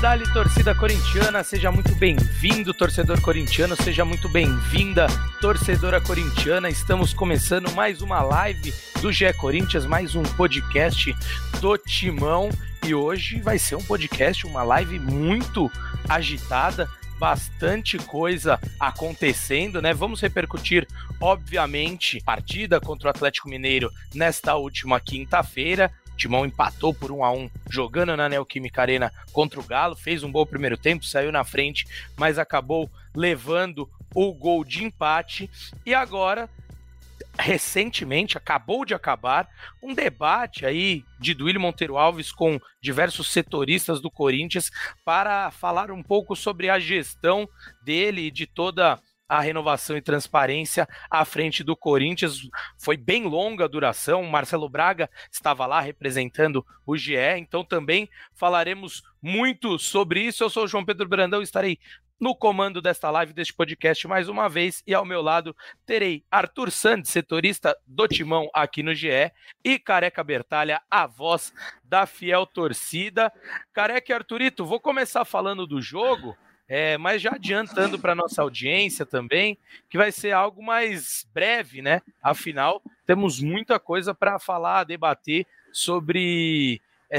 Dali, torcida corintiana, seja muito bem-vindo, torcedor corintiano, seja muito bem-vinda, torcedora corintiana. Estamos começando mais uma live do GE Corinthians, mais um podcast do Timão. E hoje vai ser um podcast, uma live muito agitada, bastante coisa acontecendo, né? Vamos repercutir, obviamente, a partida contra o Atlético Mineiro nesta última quinta-feira. O Timão empatou por 1-1 jogando na Neoquímica Arena contra o Galo, fez um bom primeiro tempo, saiu na frente, mas acabou levando o gol de empate. E agora, recentemente, acabou de acabar um debate aí de Duílio Monteiro Alves com diversos setoristas do Corinthians para falar um pouco sobre a gestão dele e de toda a renovação e transparência à frente do Corinthians. Foi bem longa a duração, o Marcelo Braga estava lá representando o GE, então também falaremos muito sobre isso. Eu sou o João Pedro Brandão, estarei no comando desta live, deste podcast mais uma vez, e ao meu lado terei Arthur Sandes, setorista do Timão aqui no GE, e Careca Bertalha, a voz da fiel torcida. Careca e Arthurito, vou começar falando do jogo, mas já adiantando para nossa audiência também, que vai ser algo mais breve, né? Afinal, temos muita coisa para falar, debater sobre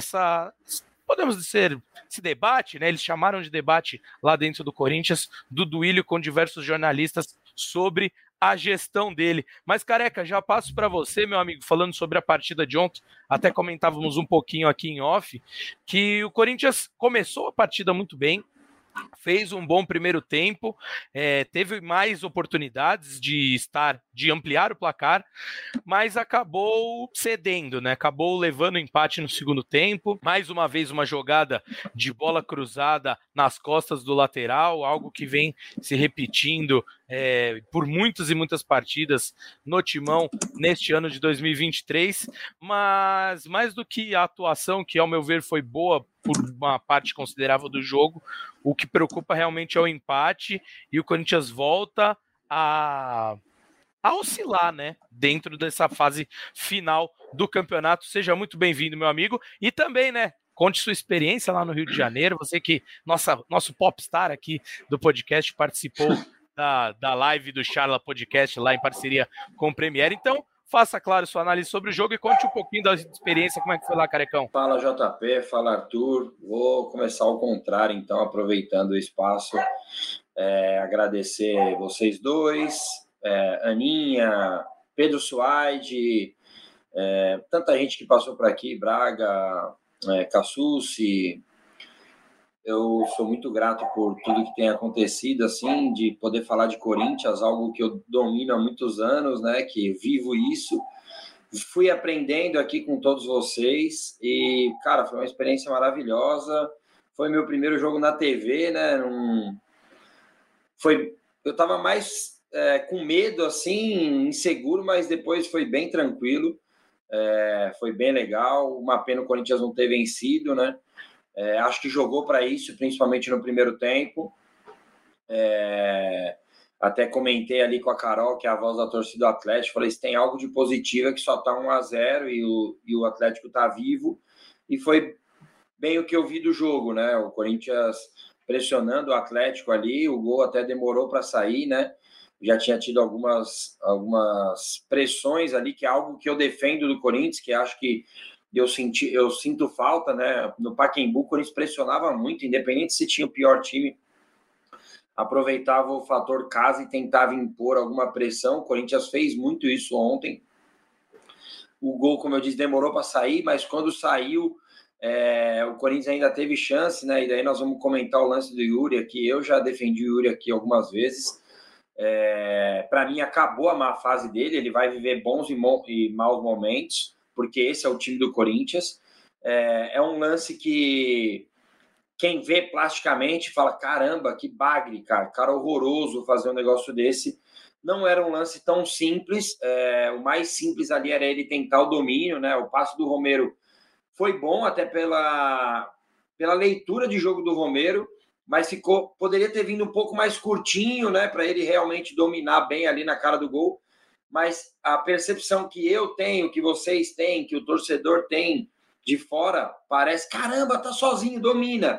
podemos dizer, esse debate, né? Eles chamaram de debate lá dentro do Corinthians, do Duílio com diversos jornalistas sobre a gestão dele. Mas, Careca, já passo para você, meu amigo, falando sobre a partida de ontem, até comentávamos um pouquinho aqui em off, que o Corinthians começou a partida muito bem, fez um bom primeiro tempo, teve mais oportunidades de ampliar o placar, mas acabou cedendo, né? Acabou levando empate no segundo tempo. Mais uma vez uma jogada de bola cruzada nas costas do lateral, algo que vem se repetindo por muitas e muitas partidas no Timão neste ano de 2023, mas mais do que a atuação, que ao meu ver foi boa por uma parte considerável do jogo, o que preocupa realmente é o empate, e o Corinthians volta a oscilar, né, dentro dessa fase final do campeonato. Seja muito bem-vindo, meu amigo, e também, né, conte sua experiência lá no Rio de Janeiro, você que, nosso popstar aqui do podcast, participou da live do Charla Podcast lá em parceria com o Premiere. Então, faça, claro, sua análise sobre o jogo e conte um pouquinho da experiência, como é que foi lá, Carecão. Fala, JP, fala, Arthur. Vou começar ao contrário, então, aproveitando o espaço. Agradecer vocês dois, Aninha, Pedro Suaide, tanta gente que passou por aqui, Braga, Cassucci. Eu sou muito grato por tudo que tem acontecido, assim, de poder falar de Corinthians, algo que eu domino há muitos anos, né, que vivo isso. Fui aprendendo aqui com todos vocês e, cara, foi uma experiência maravilhosa. Foi meu primeiro jogo na TV, né? Eu tava mais com medo, assim, inseguro, mas depois foi bem tranquilo. Foi bem legal. Uma pena o Corinthians não ter vencido, né? Acho que jogou para isso, principalmente no primeiro tempo. Até comentei ali com a Carol, que é a voz da torcida do Atlético, falei, se tem algo de positivo é que só tá 1-0 e o Atlético tá vivo, e foi bem o que eu vi do jogo, né? O Corinthians pressionando o Atlético ali, o gol até demorou para sair, né? Já tinha tido algumas pressões ali, que é algo que eu defendo do Corinthians, que acho que eu sinto falta, né? No Pacaembu, o Corinthians pressionava muito, independente se tinha o pior time, aproveitava o fator casa e tentava impor alguma pressão. O Corinthians fez muito isso ontem. O gol, como eu disse, demorou para sair, mas quando saiu, o Corinthians ainda teve chance, né? E daí nós vamos comentar o lance do Yuri aqui. Eu já defendi o Yuri aqui algumas vezes. Para mim, acabou a má fase dele. Ele vai viver bons e maus momentos, porque esse é o time do Corinthians. É um lance que quem vê plasticamente fala, caramba, que bagre, cara horroroso fazer um negócio desse. Não era um lance tão simples, o mais simples ali era ele tentar o domínio, né? O passe do Romero foi bom até pela leitura de jogo do Romero, mas poderia ter vindo um pouco mais curtinho, né? Para ele realmente dominar bem ali na cara do gol. Mas a percepção que eu tenho, que vocês têm, que o torcedor tem de fora, parece, caramba, tá sozinho, domina.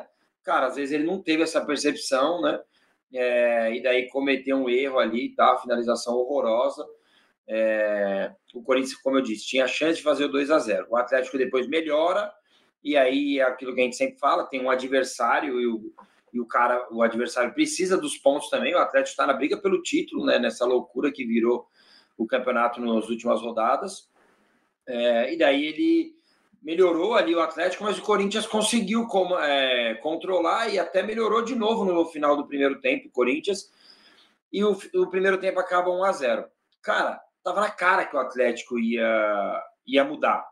cara, às vezes ele não teve essa percepção, né? E daí cometeu um erro ali, tá? Finalização horrorosa. O Corinthians, como eu disse, tinha a chance de fazer o 2-0. O Atlético depois melhora, e aí é aquilo que a gente sempre fala, tem um adversário e o adversário precisa dos pontos também. O Atlético está na briga pelo título, né? Nessa loucura que virou o campeonato nas últimas rodadas. E daí ele melhorou ali o Atlético, mas o Corinthians conseguiu controlar e até melhorou de novo no final do primeiro tempo, o Corinthians. E o primeiro tempo acaba 1-0. Cara, tava na cara que o Atlético ia mudar.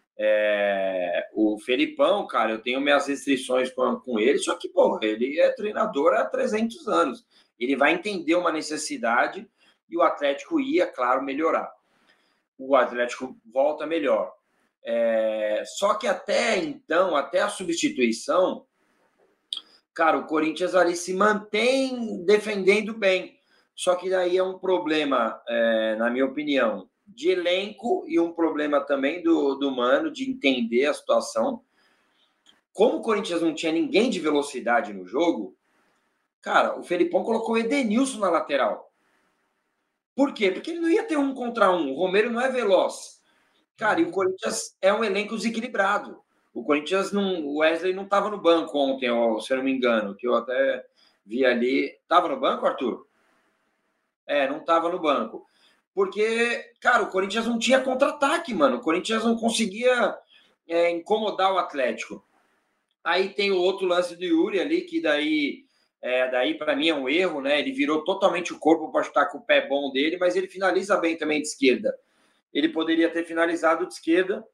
O Felipão, cara, eu tenho minhas restrições com ele, só que, pô, ele é treinador há 300 anos. Ele vai entender uma necessidade e o Atlético ia, claro, melhorar. O Atlético volta melhor. Só que até então, até a substituição, cara, o Corinthians ali se mantém defendendo bem. Só que daí é um problema, na minha opinião, de elenco e um problema também do Mano, de entender a situação. Como o Corinthians não tinha ninguém de velocidade no jogo, cara, o Felipão colocou o Edenilson na lateral. Por quê? Porque ele não ia ter 1 contra 1. O Romero não é veloz. Cara, e o Corinthians é um elenco desequilibrado. O Corinthians o Wesley não estava no banco ontem, se eu não me engano, que eu até vi ali. Estava no banco, Arthur? Não estava no banco. Porque, cara, o Corinthians não tinha contra-ataque, mano. O Corinthians não conseguia incomodar o Atlético. Aí tem o outro lance do Yuri ali, que daí para mim é um erro, né? Ele virou totalmente o corpo para chutar com o pé bom dele, mas ele finaliza bem também de esquerda. Ele poderia ter finalizado de esquerda,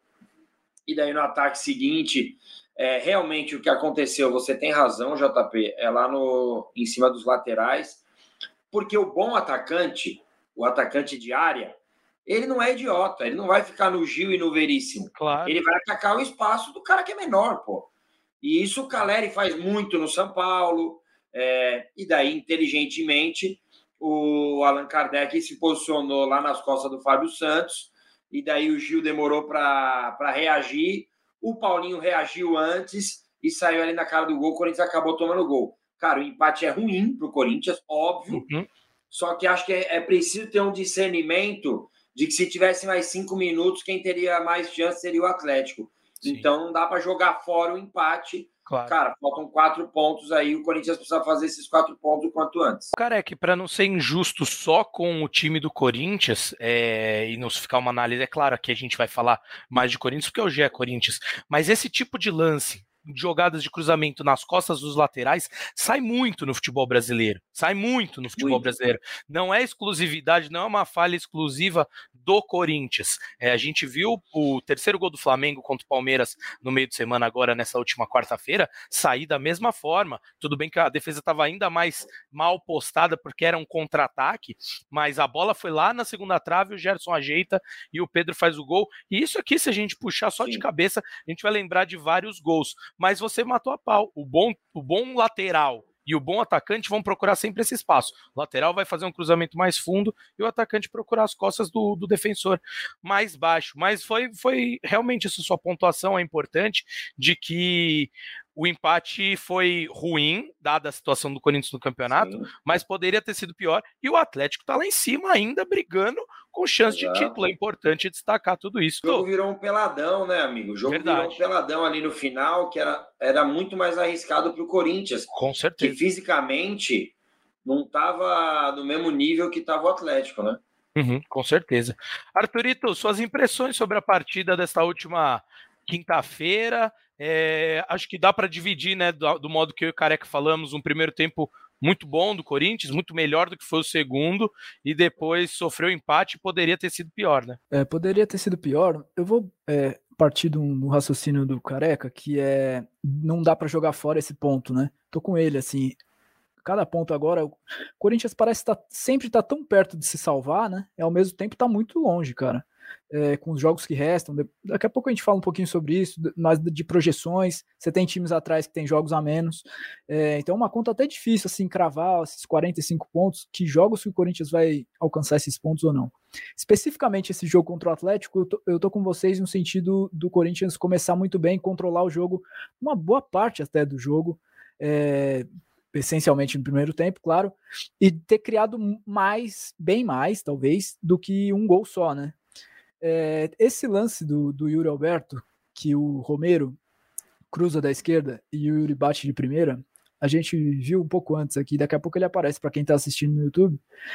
e daí no ataque seguinte, realmente o que aconteceu, você tem razão, JP, é lá em cima dos laterais, porque o bom atacante, o atacante de área, ele não é idiota, ele não vai ficar no Gil e no Veríssimo. Claro. Ele vai atacar o espaço do cara que é menor, pô. E isso o Caleri faz muito no São Paulo, e daí, inteligentemente, o Allan Kardec se posicionou lá nas costas do Fábio Santos, e daí o Gil demorou para reagir, o Paulinho reagiu antes e saiu ali na cara do gol, o Corinthians acabou tomando gol. Cara, o empate é ruim para o Corinthians, óbvio, só que acho que é preciso ter um discernimento de que se tivesse mais 5 minutos, quem teria mais chance seria o Atlético. Sim. Então não dá para jogar fora o empate. Claro. Cara, faltam 4 pontos aí, o Corinthians precisa fazer esses 4 pontos o quanto antes. Careca, para não ser injusto só com o time do Corinthians, e não ficar uma análise, é claro que a gente vai falar mais de Corinthians, porque hoje é Corinthians, mas esse tipo de lance, jogadas de cruzamento nas costas dos laterais, sai muito no futebol brasileiro. Brasileiro. Não é exclusividade, não é uma falha exclusiva do Corinthians. A gente viu o terceiro gol do Flamengo contra o Palmeiras no meio de semana agora, nessa última quarta-feira, sair da mesma forma. Tudo bem que a defesa estava ainda mais mal postada porque era um contra-ataque, mas a bola foi lá na segunda trave, o Gerson ajeita e o Pedro faz o gol. E isso aqui, se a gente puxar só de cabeça, a gente vai lembrar de vários gols. Mas você matou a pau. O bom lateral e o bom atacante vão procurar sempre esse espaço. O lateral vai fazer um cruzamento mais fundo e o atacante procurar as costas do defensor mais baixo. Mas foi realmente essa sua pontuação é importante, de que o empate foi ruim, dada a situação do Corinthians no campeonato, mas poderia ter sido pior. E o Atlético tá lá em cima ainda, brigando com chance de título. É importante destacar tudo isso. O jogo virou um peladão, né, amigo? O jogo virou um peladão ali no final, que era muito mais arriscado para o Corinthians. Com certeza. Que fisicamente não estava no mesmo nível que estava o Atlético, né? Com certeza. Arthurito, suas impressões sobre a partida desta última quinta-feira? Acho que dá para dividir, né, do modo que eu e o Careca falamos, um primeiro tempo muito bom do Corinthians, muito melhor do que foi o segundo, e depois sofreu empate e poderia ter sido pior, né? Poderia ter sido pior. Eu vou partir do raciocínio do Careca, que não dá para jogar fora esse ponto, né? Tô com ele, assim, cada ponto agora, o Corinthians parece sempre tá tão perto de se salvar, né? E ao mesmo tempo tá muito longe, cara. Com os jogos que restam, daqui a pouco a gente fala um pouquinho sobre isso, mas de projeções, você tem times atrás que tem jogos a menos, então é uma conta até difícil, assim, cravar esses 45 pontos, que jogos que o Corinthians vai alcançar esses pontos ou não. Especificamente esse jogo contra o Atlético, eu tô com vocês no sentido do Corinthians começar muito bem, controlar o jogo, uma boa parte até do jogo, essencialmente no primeiro tempo, claro, e ter criado bem mais, talvez, do que um gol só, né? Esse lance do Yuri Alberto, que o Romero cruza da esquerda e o Yuri bate de primeira, a gente viu um pouco antes aqui, daqui a pouco ele aparece para quem está assistindo no YouTube.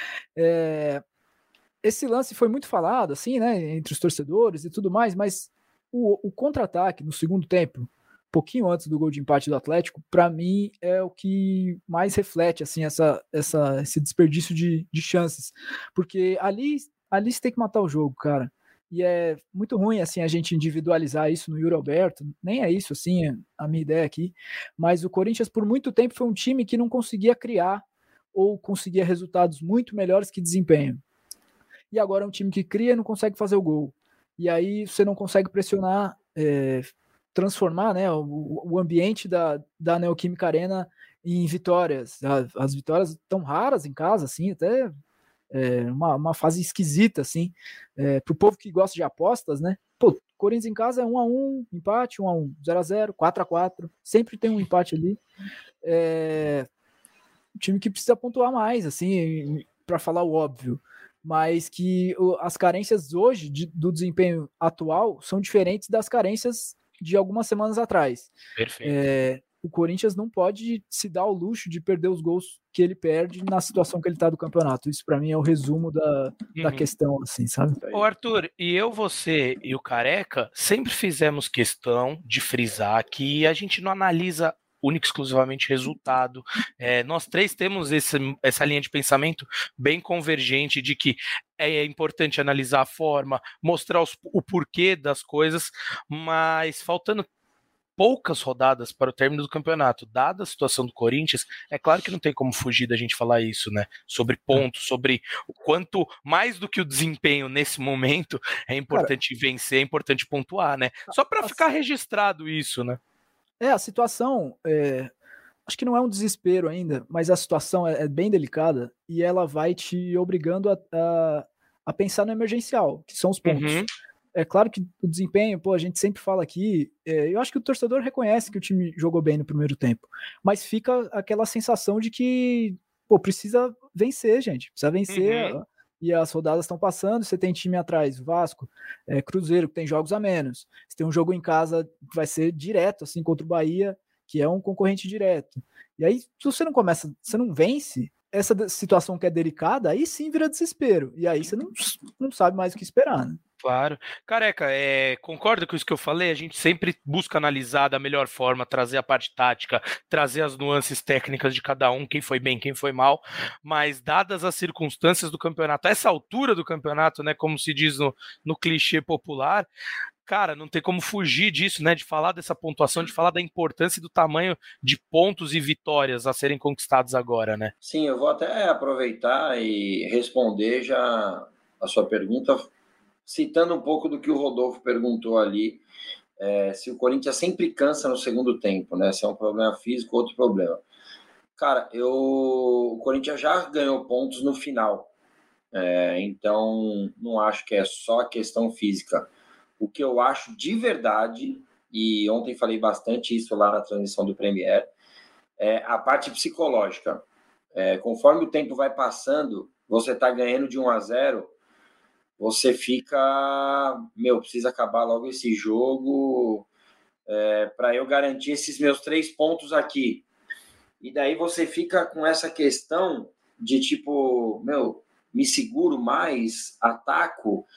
Esse lance foi muito falado, assim, né, entre os torcedores e tudo mais, mas o contra-ataque no segundo tempo, pouquinho antes do gol de empate do Atlético, para mim é o que mais reflete assim, esse desperdício de chances. Porque ali você tem que matar o jogo, cara. E é muito ruim assim, a gente individualizar isso no Yuri Alberto. Nem é isso assim, a minha ideia aqui. Mas o Corinthians, por muito tempo, foi um time que não conseguia criar ou conseguia resultados muito melhores que desempenho. E agora é um time que cria e não consegue fazer o gol. E aí você não consegue pressionar, transformar, né, o ambiente da Neoquímica Arena em vitórias. As vitórias estão raras em casa, assim, até uma fase esquisita, assim, para o povo que gosta de apostas, né? Pô, Corinthians em casa é 1-1, empate, 1-1, 0-0, 4-4, sempre tem um empate ali. Um time que precisa pontuar mais, assim, para falar o óbvio, mas que as carências hoje do desempenho atual são diferentes das carências de algumas semanas atrás. Perfeito. O Corinthians não pode se dar o luxo de perder os gols que ele perde na situação que ele está do campeonato. Isso para mim é o resumo da questão, assim, sabe? Ô Arthur, e eu, você e o Careca sempre fizemos questão de frisar que a gente não analisa única e exclusivamente resultado. Nós três temos essa linha de pensamento bem convergente de que é importante analisar a forma, mostrar o porquê das coisas, mas faltando poucas rodadas para o término do campeonato, dada a situação do Corinthians, é claro que não tem como fugir da gente falar isso, né? Sobre pontos, sobre o quanto, mais do que o desempenho nesse momento, é importante vencer, é importante pontuar, né? Só para ficar registrado isso, né? A situação, acho que não é um desespero ainda, mas a situação é bem delicada e ela vai te obrigando a pensar no emergencial, que são os pontos. É claro que o desempenho, a gente sempre fala aqui, eu acho que o torcedor reconhece que o time jogou bem no primeiro tempo, mas fica aquela sensação de que, precisa vencer, gente, precisa vencer, e as rodadas estão passando, você tem time atrás, Vasco, Cruzeiro, que tem jogos a menos, você tem um jogo em casa que vai ser direto, assim, contra o Bahia, que é um concorrente direto, e aí, se você não vence, essa situação que é delicada, aí sim vira desespero, e aí você não sabe mais o que esperar, né? Claro. Careca, concorda com isso que eu falei? A gente sempre busca analisar da melhor forma, trazer a parte tática, trazer as nuances técnicas de cada um, quem foi bem, quem foi mal, mas dadas as circunstâncias do campeonato, essa altura do campeonato, né, como se diz no clichê popular, cara, não tem como fugir disso, né, de falar dessa pontuação, de falar da importância e do tamanho de pontos e vitórias a serem conquistados agora, né? Sim, eu vou até aproveitar e responder já a sua pergunta, citando um pouco do que o Rodolfo perguntou ali, se o Corinthians sempre cansa no segundo tempo, né? Se é um problema físico ou outro problema. Cara, o Corinthians já ganhou pontos no final, então não acho que é só questão física. O que eu acho de verdade, e ontem falei bastante isso lá na transmissão do Premier, é a parte psicológica. Conforme o tempo vai passando, você está ganhando de 1-0, você fica, precisa acabar logo esse jogo para eu garantir esses meus 3 pontos aqui. E daí você fica com essa questão de tipo, me seguro mais, ataco,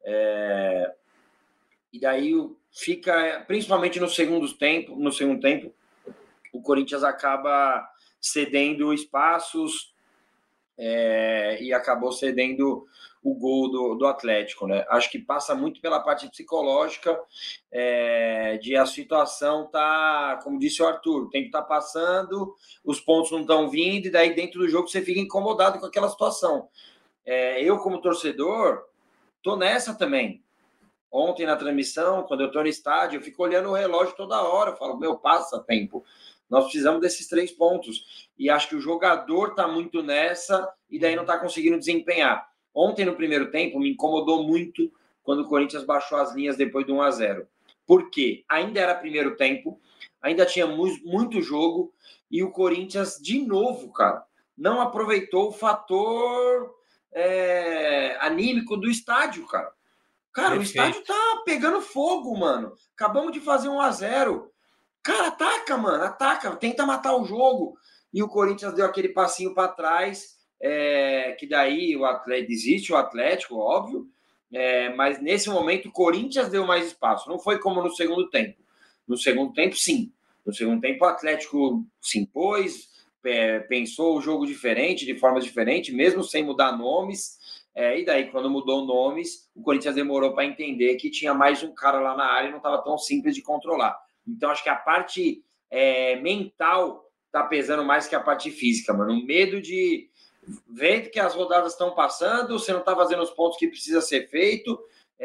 e daí fica, principalmente no segundo tempo, o Corinthians acaba cedendo espaços e acabou cedendo o gol do Atlético, né? Acho que passa muito pela parte psicológica, de a situação tá, como disse o Arthur, o tempo tá passando, os pontos não estão vindo, e daí dentro do jogo você fica incomodado com aquela situação. Eu, como torcedor, tô nessa também. Ontem na transmissão, quando eu tô no estádio, eu fico olhando o relógio toda hora, eu falo, passa tempo. Nós precisamos desses 3 pontos. E acho que o jogador tá muito nessa, e daí não tá conseguindo desempenhar. Ontem, no primeiro tempo, me incomodou muito quando o Corinthians baixou as linhas depois do 1-0. Por quê? Ainda era primeiro tempo, ainda tinha muito jogo, e o Corinthians, de novo, cara, não aproveitou o fator anímico do estádio, cara. Cara, o estádio tá pegando fogo, mano. Acabamos de fazer 1-0. Cara, ataca, mano, ataca, tenta matar o jogo. E o Corinthians deu aquele passinho para trás, que daí o Atlético desiste, o Atlético, óbvio, mas nesse momento o Corinthians deu mais espaço. Não foi como no segundo tempo. No segundo tempo, sim. No segundo tempo, o Atlético se impôs, pensou o jogo diferente, de forma diferente, mesmo sem mudar nomes. E daí, quando mudou nomes, o Corinthians demorou para entender que tinha mais um cara lá na área e não estava tão simples de controlar. Então, acho que a parte mental está pesando mais que a parte física, mano. O medo de ver que as rodadas estão passando, você não está fazendo os pontos que precisa ser feito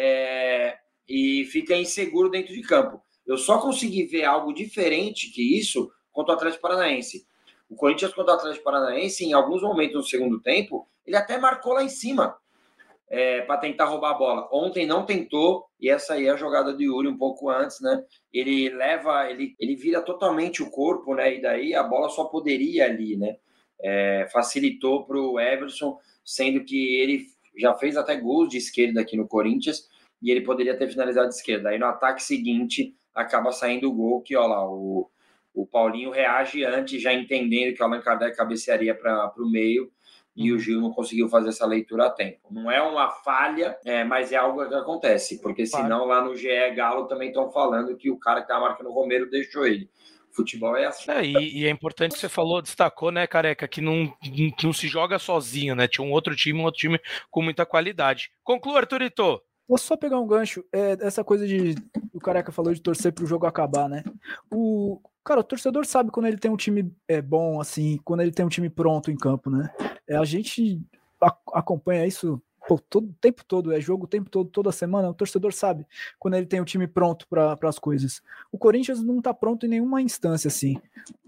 e fica inseguro dentro de campo. Eu só consegui ver algo diferente que isso contra o Atlético Paranaense. O Corinthians contra o Atlético Paranaense, em alguns momentos no segundo tempo, ele até marcou lá em cima para tentar roubar a bola. Ontem não tentou, e essa aí é a jogada do Yuri um pouco antes, né? Ele vira totalmente o corpo, né? E daí a bola só poderia ali, né? Facilitou para o Everson, sendo que ele já fez até gols de esquerda aqui no Corinthians, e ele poderia ter finalizado de esquerda. Aí no ataque seguinte, acaba saindo o gol, que ó lá, o Paulinho reage antes, já entendendo que o Allan Kardec cabecearia para o meio, e o Gil não conseguiu fazer essa leitura a tempo. Não é uma falha, mas é algo que acontece, porque senão lá no GE Galo também estão falando que o cara que estava marcando o Romero deixou ele. Futebol é assim. E é importante que você falou, destacou, né, Careca, que não se joga sozinho, né? Tinha um outro time com muita qualidade. Conclua, Arthurito. Vou só pegar um gancho, essa coisa o Careca falou de torcer pro jogo acabar, né? Cara, o torcedor sabe quando ele tem um time bom, assim, quando ele tem um time pronto em campo, né? A gente acompanha isso o tempo todo, jogo o tempo todo, toda semana. O torcedor sabe quando ele tem um time pronto para as coisas. O Corinthians não tá pronto em nenhuma instância, assim.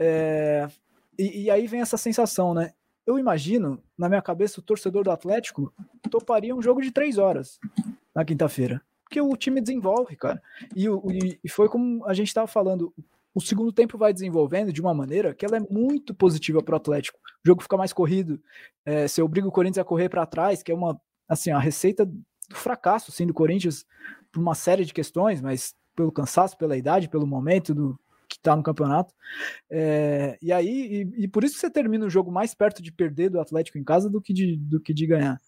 E aí vem essa sensação, né? Eu imagino, na minha cabeça, o torcedor do Atlético toparia um jogo de 3 horas na quinta-feira. Porque o time desenvolve, cara. E foi como a gente estava falando, o segundo tempo vai desenvolvendo de uma maneira que ela é muito positiva para o Atlético. O jogo fica mais corrido, você obriga o Corinthians a correr para trás, que é a receita do fracasso assim, do Corinthians por uma série de questões, mas pelo cansaço, pela idade, pelo momento que está no campeonato. E aí, por isso que você termina o jogo mais perto de perder do Atlético em casa do que de ganhar.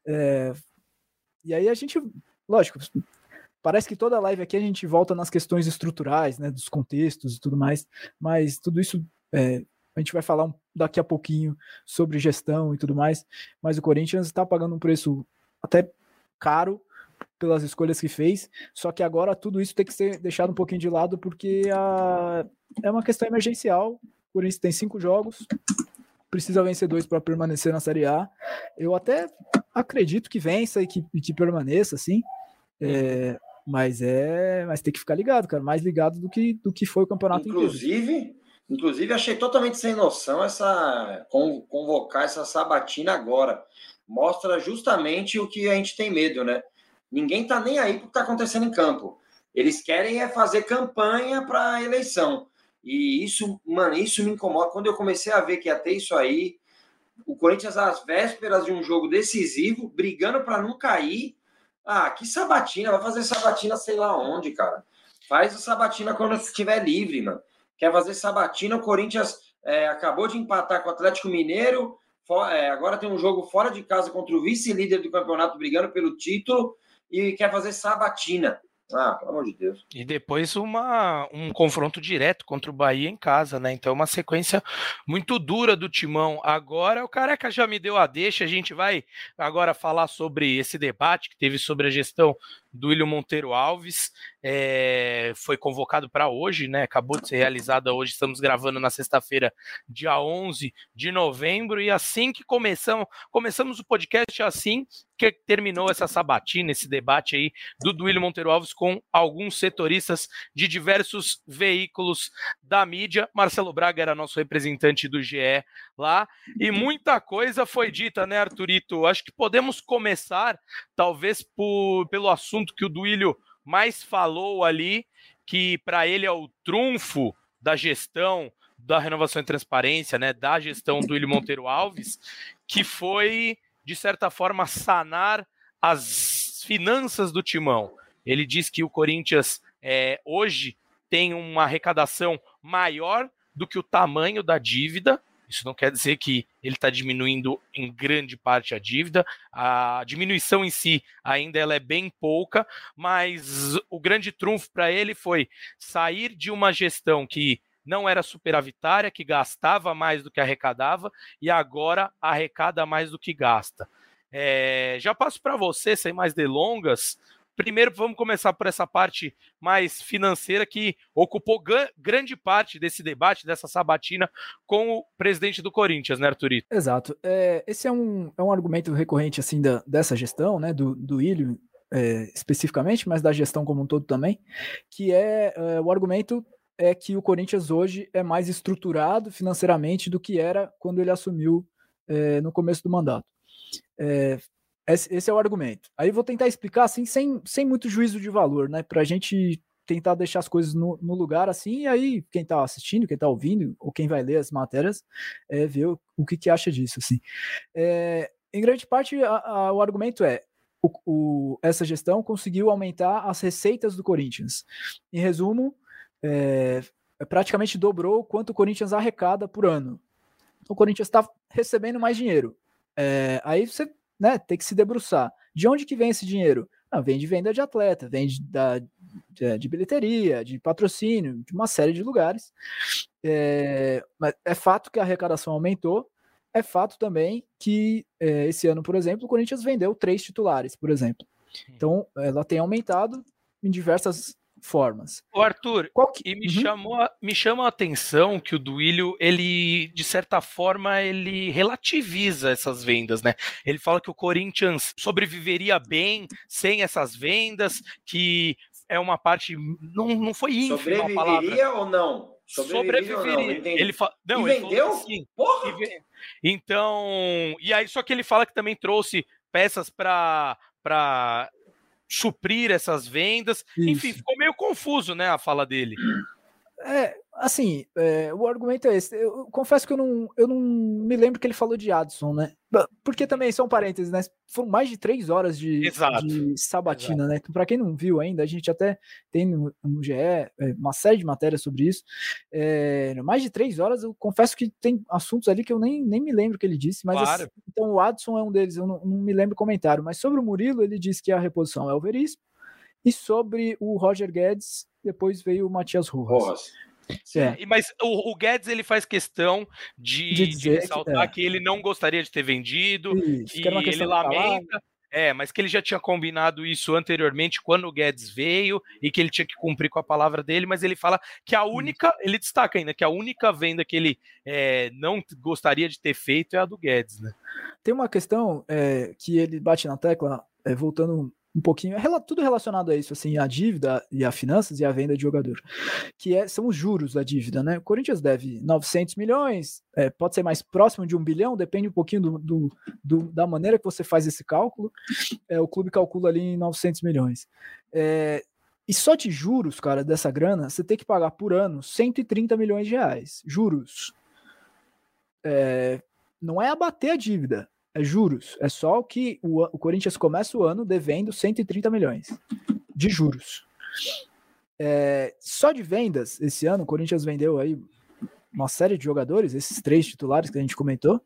E aí a gente, lógico, parece que toda live aqui a gente volta nas questões estruturais, né, dos contextos e tudo mais, mas tudo isso a gente vai falar daqui a pouquinho sobre gestão e tudo mais, mas o Corinthians está pagando um preço até caro pelas escolhas que fez, só que agora tudo isso tem que ser deixado um pouquinho de lado porque é uma questão emergencial. O Corinthians tem 5 jogos, precisa vencer 2 para permanecer na Série A. Eu até acredito que vença e que permaneça, assim, mas tem que ficar ligado, cara, mais ligado do que foi o campeonato inteiro. Inclusive, achei totalmente sem noção convocar essa sabatina agora. Mostra justamente o que a gente tem medo, né? Ninguém tá nem aí pro que tá acontecendo em campo. Eles querem fazer campanha para eleição. E isso, mano, isso me incomoda. Quando eu comecei a ver que ia ter isso aí, o Corinthians às vésperas de um jogo decisivo, brigando para não cair. Que sabatina, vai fazer sabatina sei lá onde, cara. Faz a sabatina quando estiver livre, mano. Quer fazer sabatina, o Corinthians acabou de empatar com o Atlético Mineiro, agora tem um jogo fora de casa contra o vice-líder do campeonato brigando pelo título e quer fazer sabatina. Pelo amor de Deus. E depois um confronto direto contra o Bahia em casa, né? Então uma sequência muito dura do Timão. Agora o Careca já me deu a deixa, a gente vai agora falar sobre esse debate que teve sobre a gestão do Duílio Monteiro Alves. Foi convocado para hoje, né? Acabou de ser realizada hoje, estamos gravando na sexta-feira, dia 11 de novembro, e assim que começamos o podcast, assim que terminou essa sabatina, esse debate aí do Duílio Monteiro Alves com alguns setoristas de diversos veículos da mídia. Marcelo Braga era nosso representante do GE lá, e muita coisa foi dita, né, Arthurito? Acho que podemos começar, talvez, pelo assunto que o Duílio mais falou ali, que para ele é o trunfo da gestão da renovação e transparência, né, da gestão do Willian Monteiro Alves, que foi, de certa forma, sanar as finanças do Timão. Ele diz que o Corinthians hoje tem uma arrecadação maior do que o tamanho da dívida. Isso não quer dizer que ele está diminuindo em grande parte a dívida. A diminuição em si ainda ela é bem pouca, mas o grande trunfo para ele foi sair de uma gestão que não era superavitária, que gastava mais do que arrecadava, e agora arrecada mais do que gasta. Já passo para você, sem mais delongas. Primeiro, vamos começar por essa parte mais financeira que ocupou grande parte desse debate, dessa sabatina com o presidente do Corinthians, né, Arthurito? Exato. Esse é um argumento recorrente assim, dessa gestão, né, do Willian especificamente, mas da gestão como um todo também, que o argumento é que o Corinthians hoje é mais estruturado financeiramente do que era quando ele assumiu no começo do mandato. Esse é o argumento. Aí vou tentar explicar assim, sem muito juízo de valor, né? Pra gente tentar deixar as coisas no lugar assim, e aí quem tá assistindo, quem tá ouvindo, ou quem vai ler as matérias, ver o que acha disso, assim. Em grande parte, o argumento essa gestão conseguiu aumentar as receitas do Corinthians. Em resumo, praticamente dobrou quanto o Corinthians arrecada por ano. Então, o Corinthians está recebendo mais dinheiro. Aí você tem que se debruçar. De onde que vem esse dinheiro? Vem de venda de atleta, vem de bilheteria, de patrocínio, de uma série de lugares. Mas é fato que a arrecadação aumentou, é fato também que esse ano, por exemplo, o Corinthians vendeu 3 titulares, por exemplo. Então, ela tem aumentado em diversas formas. O Arthur, me chama a atenção que o Duílio, ele, de certa forma, ele relativiza essas vendas, né? Ele fala que o Corinthians sobreviveria bem sem essas vendas, que é uma parte, não foi ínfima a palavra. Sobreviveria ou não? Sobreviveria. Ele vendeu? Sim. Porra! Então, e aí só que ele fala que também trouxe peças para suprir essas vendas. Isso. Enfim, ficou meio confuso, né, a fala dele. O argumento é esse. Eu confesso que eu não me lembro que ele falou de Adson, né? Porque também, são parênteses, né? Foram mais de 3 horas de sabatina, Exato. Né? Então, para quem não viu ainda, a gente até tem no GE uma série de matérias sobre isso. Mais de 3 horas, eu confesso que tem assuntos ali que eu nem me lembro que ele disse, mas claro. Então o Adson é um deles, eu não me lembro o comentário, mas sobre o Murilo, ele disse que a reposição é o Veríssimo, e sobre o Roger Guedes, depois veio o Matias Rojas. Mas o Guedes, ele faz questão de ressaltar que ele não gostaria de ter vendido, que ele lamenta, mas que ele já tinha combinado isso anteriormente quando o Guedes veio e que ele tinha que cumprir com a palavra dele, mas ele fala que ele destaca ainda que a única venda que ele não gostaria de ter feito é a do Guedes, né? Tem uma questão que ele bate na tecla, voltando um pouquinho, tudo relacionado a isso, assim, a dívida e a finanças e a venda de jogador, que são os juros da dívida, né? O Corinthians deve 900 milhões, pode ser mais próximo de 1 bilhão, depende um pouquinho da maneira que você faz esse cálculo. O clube calcula ali em 900 milhões. E só de juros, cara, dessa grana, você tem que pagar por ano 130 milhões de reais. Juros. Não é abater a dívida, é juros. É só que o Corinthians começa o ano devendo 130 milhões de juros. Só de vendas, esse ano, o Corinthians vendeu aí uma série de jogadores, esses 3 titulares que a gente comentou.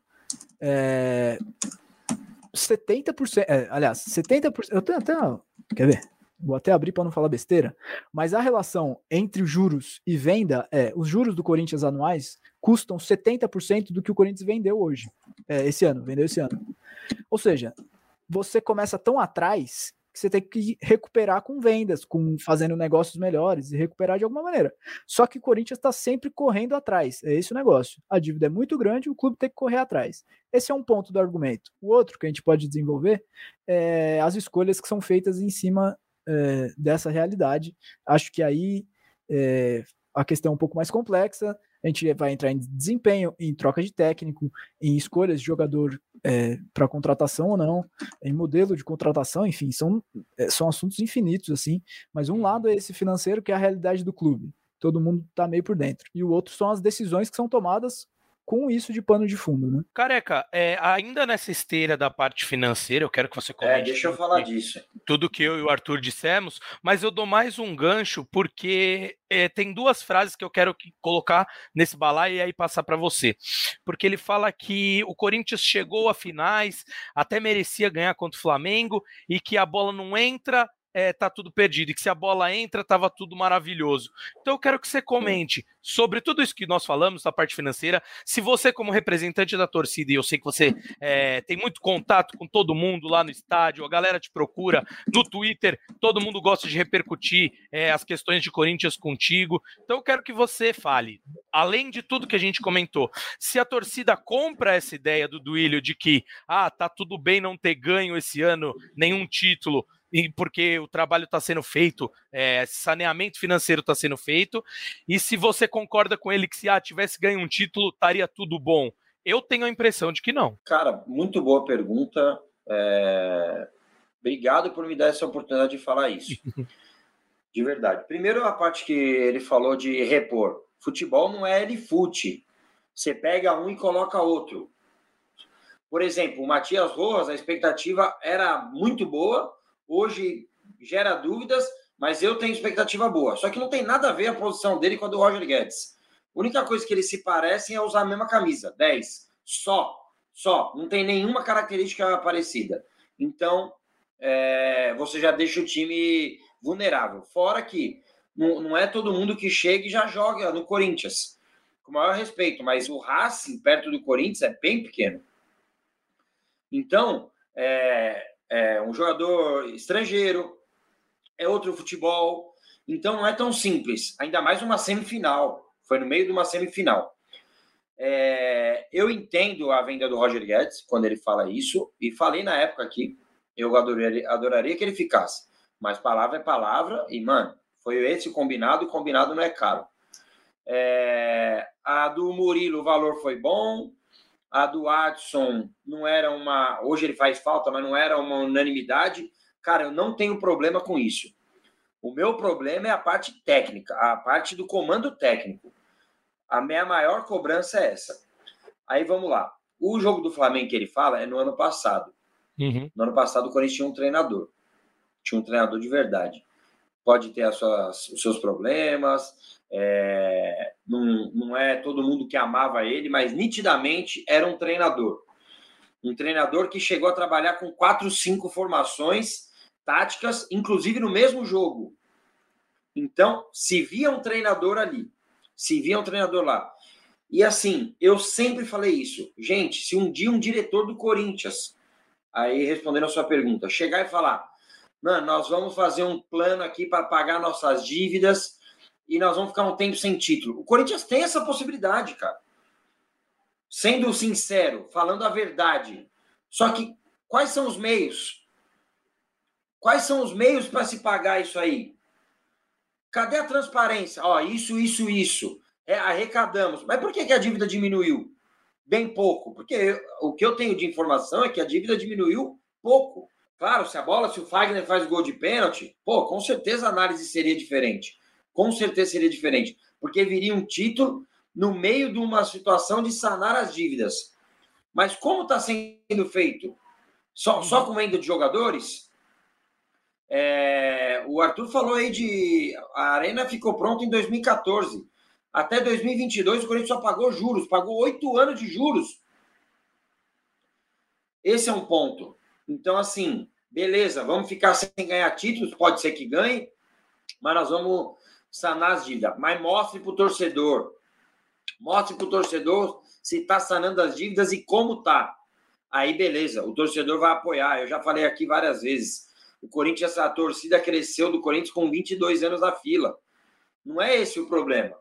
70%, aliás, 70%. Eu tenho até. Quer ver? Vou até abrir para não falar besteira. Mas a relação entre juros e venda os juros do Corinthians anuais custam 70% do que o Corinthians vendeu hoje. Vendeu esse ano. Ou seja, você começa tão atrás que você tem que recuperar com vendas, fazendo negócios melhores e recuperar de alguma maneira. Só que o Corinthians está sempre correndo atrás. É esse o negócio. A dívida é muito grande, o clube tem que correr atrás. Esse é um ponto do argumento. O outro que a gente pode desenvolver é as escolhas que são feitas em cima dessa realidade. Acho que aí a questão é um pouco mais complexa. A gente vai entrar em desempenho, em troca de técnico, em escolhas de jogador para contratação ou não, em modelo de contratação, enfim, são assuntos infinitos, assim, mas um lado é esse financeiro, que é a realidade do clube. todo mundo tá meio por dentro. E o outro são as decisões que são tomadas com isso de pano de fundo, né? Careca, ainda nessa esteira da parte financeira, eu quero que você comente. Deixa eu falar disso. Tudo que eu e o Arthur dissemos, mas eu dou mais um gancho porque tem duas frases que eu quero colocar nesse balaio e aí passar para você. Porque ele fala que o Corinthians chegou a finais, até merecia ganhar contra o Flamengo e que a bola não entra, tá tudo perdido, e que se a bola entra, tava tudo maravilhoso. Então eu quero que você comente sobre tudo isso que nós falamos, da parte financeira. Se você, como representante da torcida, e eu sei que você tem muito contato com todo mundo lá no estádio, a galera te procura no Twitter, todo mundo gosta de repercutir as questões de Corinthians contigo. Então eu quero que você fale, além de tudo que a gente comentou, se a torcida compra essa ideia do Duílio de que tá tudo bem não ter ganho esse ano nenhum título, e porque o trabalho está sendo feito, saneamento financeiro está sendo feito, e se você concorda com ele que se tivesse ganho um título, estaria tudo bom. Eu tenho a impressão de que não. Cara, muito boa pergunta. Obrigado por me dar essa oportunidade de falar isso. De verdade. Primeiro, a parte que ele falou de repor. Futebol não é L-fute. Você pega um e coloca outro. Por exemplo, o Matias Rojas, a expectativa era muito boa. Hoje gera dúvidas, mas eu tenho expectativa boa. Só que não tem nada a ver a posição dele com a do Roger Guedes. A única coisa que eles se parecem é usar a mesma camisa, 10. Só. Não tem nenhuma característica parecida. Então, você já deixa o time vulnerável. Fora que não é todo mundo que chega e já joga no Corinthians. Com o maior respeito, mas o Racing, perto do Corinthians, é bem pequeno. Então, um jogador estrangeiro, é outro futebol, então não é tão simples, ainda mais uma semifinal, foi no meio de uma semifinal. Eu entendo a venda do Roger Guedes, quando ele fala isso, e falei na época aqui, eu adoraria que ele ficasse, mas palavra é palavra, e mano, foi esse o combinado, e combinado não é caro. A do Murilo, o valor foi bom. A do Adson não era uma... Hoje ele faz falta, mas não era uma unanimidade. Cara, eu não tenho problema com isso. O meu problema é a parte técnica, a parte do comando técnico. A minha maior cobrança é essa. Aí vamos lá. O jogo do Flamengo que ele fala é no ano passado. Uhum. No ano passado o Corinthians tinha um treinador. Tinha um treinador de verdade. Pode ter os seus problemas... não é todo mundo que amava ele, mas nitidamente era um treinador que chegou a trabalhar com 4, 5 formações táticas, inclusive no mesmo jogo. Então, se via um treinador ali, se via um treinador lá. E assim, eu sempre falei isso, gente, se um dia um diretor do Corinthians, aí respondendo a sua pergunta, chegar e falar, mano, nós vamos fazer um plano aqui para pagar nossas dívidas e nós vamos ficar um tempo sem título. O Corinthians tem essa possibilidade, cara. Sendo sincero, falando a verdade. Só que, quais são os meios? Quais são os meios para se pagar isso aí? Cadê a transparência? Isso. Arrecadamos. Mas por que a dívida diminuiu? Bem pouco. Porque o que eu tenho de informação é que a dívida diminuiu pouco. Claro, se o Fagner faz gol de pênalti, com certeza a análise seria diferente. Com certeza seria diferente, porque viria um título no meio de uma situação de sanar as dívidas. Mas como está sendo feito? Só com venda de jogadores? O Arthur falou aí a Arena ficou pronta em 2014. Até 2022 o Corinthians só pagou juros, pagou 8 anos de juros. Esse é um ponto. Então, assim, beleza, vamos ficar sem ganhar títulos, pode ser que ganhe, mas nós vamos sanar as dívidas, mas mostre para o torcedor se está sanando as dívidas e como está. Aí beleza, o torcedor vai apoiar. Eu já falei aqui várias vezes, o Corinthians, a torcida cresceu do Corinthians com 22 anos na fila. Não é esse o problema.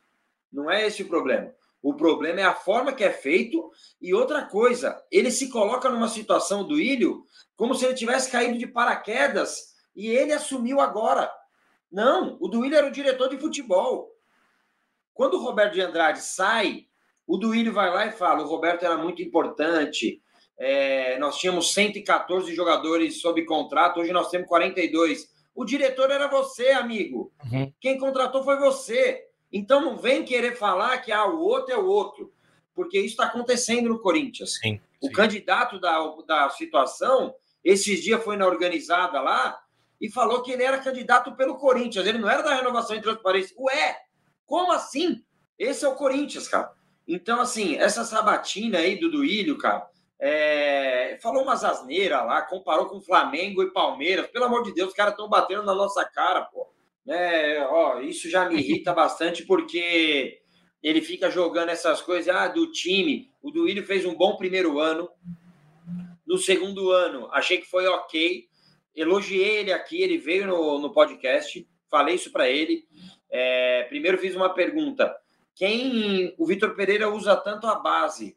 O problema é a forma que é feito. E outra coisa, ele se coloca numa situação do Duílio como se ele tivesse caído de paraquedas e ele assumiu agora. Não, o Duílio era o diretor de futebol. Quando o Roberto de Andrade sai, o Duílio vai lá e fala, o Roberto era muito importante, nós tínhamos 114 jogadores sob contrato, hoje nós temos 42. O diretor era você, amigo. Uhum. Quem contratou foi você. Então não vem querer falar que o outro é o outro, porque isso está acontecendo no Corinthians. Sim. O candidato da situação, esses dias foi na organizada lá e falou que ele era candidato pelo Corinthians, ele não era da Renovação e Transparência. Ué, como assim? Esse é o Corinthians, cara. Então, assim, essa sabatina aí do Duílio, cara, falou umas asneiras lá, comparou com Flamengo e Palmeiras. Pelo amor de Deus, os caras estão batendo na nossa cara, pô. Isso já me irrita bastante, porque ele fica jogando essas coisas do time. O Duílio fez um bom primeiro ano. No segundo ano, achei que foi ok. Elogiei ele aqui, ele veio no podcast, falei isso para ele. Primeiro fiz uma pergunta. O Vitor Pereira usa tanto a base?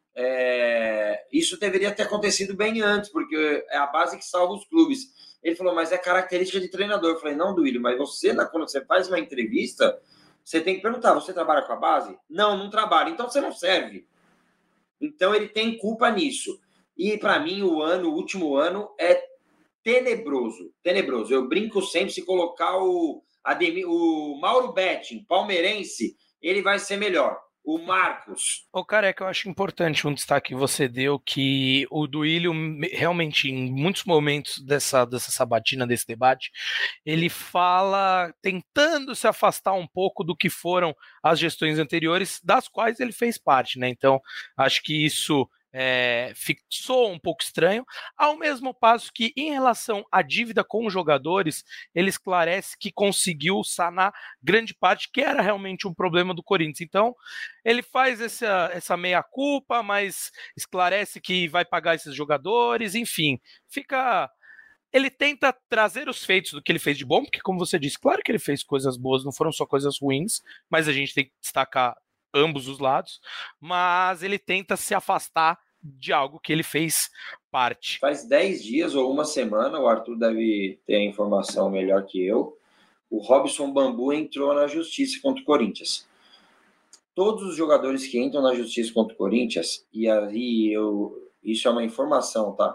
Isso deveria ter acontecido bem antes, porque é a base que salva os clubes. Ele falou, mas é característica de treinador. Eu falei, não, Duílio, mas quando você faz uma entrevista, você tem que perguntar, você trabalha com a base? Não, não trabalho. Então você não serve. Então ele tem culpa nisso. E para mim o último ano é tenebroso. Tenebroso. Eu brinco sempre, se colocar o Mauro Betting, palmeirense, ele vai ser melhor. O Marcos. Careca, eu acho importante um destaque que você deu, que o Duílio realmente, em muitos momentos dessa sabatina, desse debate, ele fala tentando se afastar um pouco do que foram as gestões anteriores, das quais ele fez parte, né? Então, acho que isso soa um pouco estranho, ao mesmo passo que, em relação à dívida com os jogadores, ele esclarece que conseguiu sanar grande parte, que era realmente um problema do Corinthians. Então, ele faz essa meia-culpa, mas esclarece que vai pagar esses jogadores, enfim, ele tenta trazer os feitos do que ele fez de bom, porque, como você disse, claro que ele fez coisas boas, não foram só coisas ruins, mas a gente tem que destacar ambos os lados, mas ele tenta se afastar de algo que ele fez parte. Faz 10 dias ou uma semana, o Arthur deve ter a informação melhor que eu, o Robson Bambu entrou na justiça contra o Corinthians. Todos os jogadores que entram na justiça contra o Corinthians, e aí isso é uma informação, tá?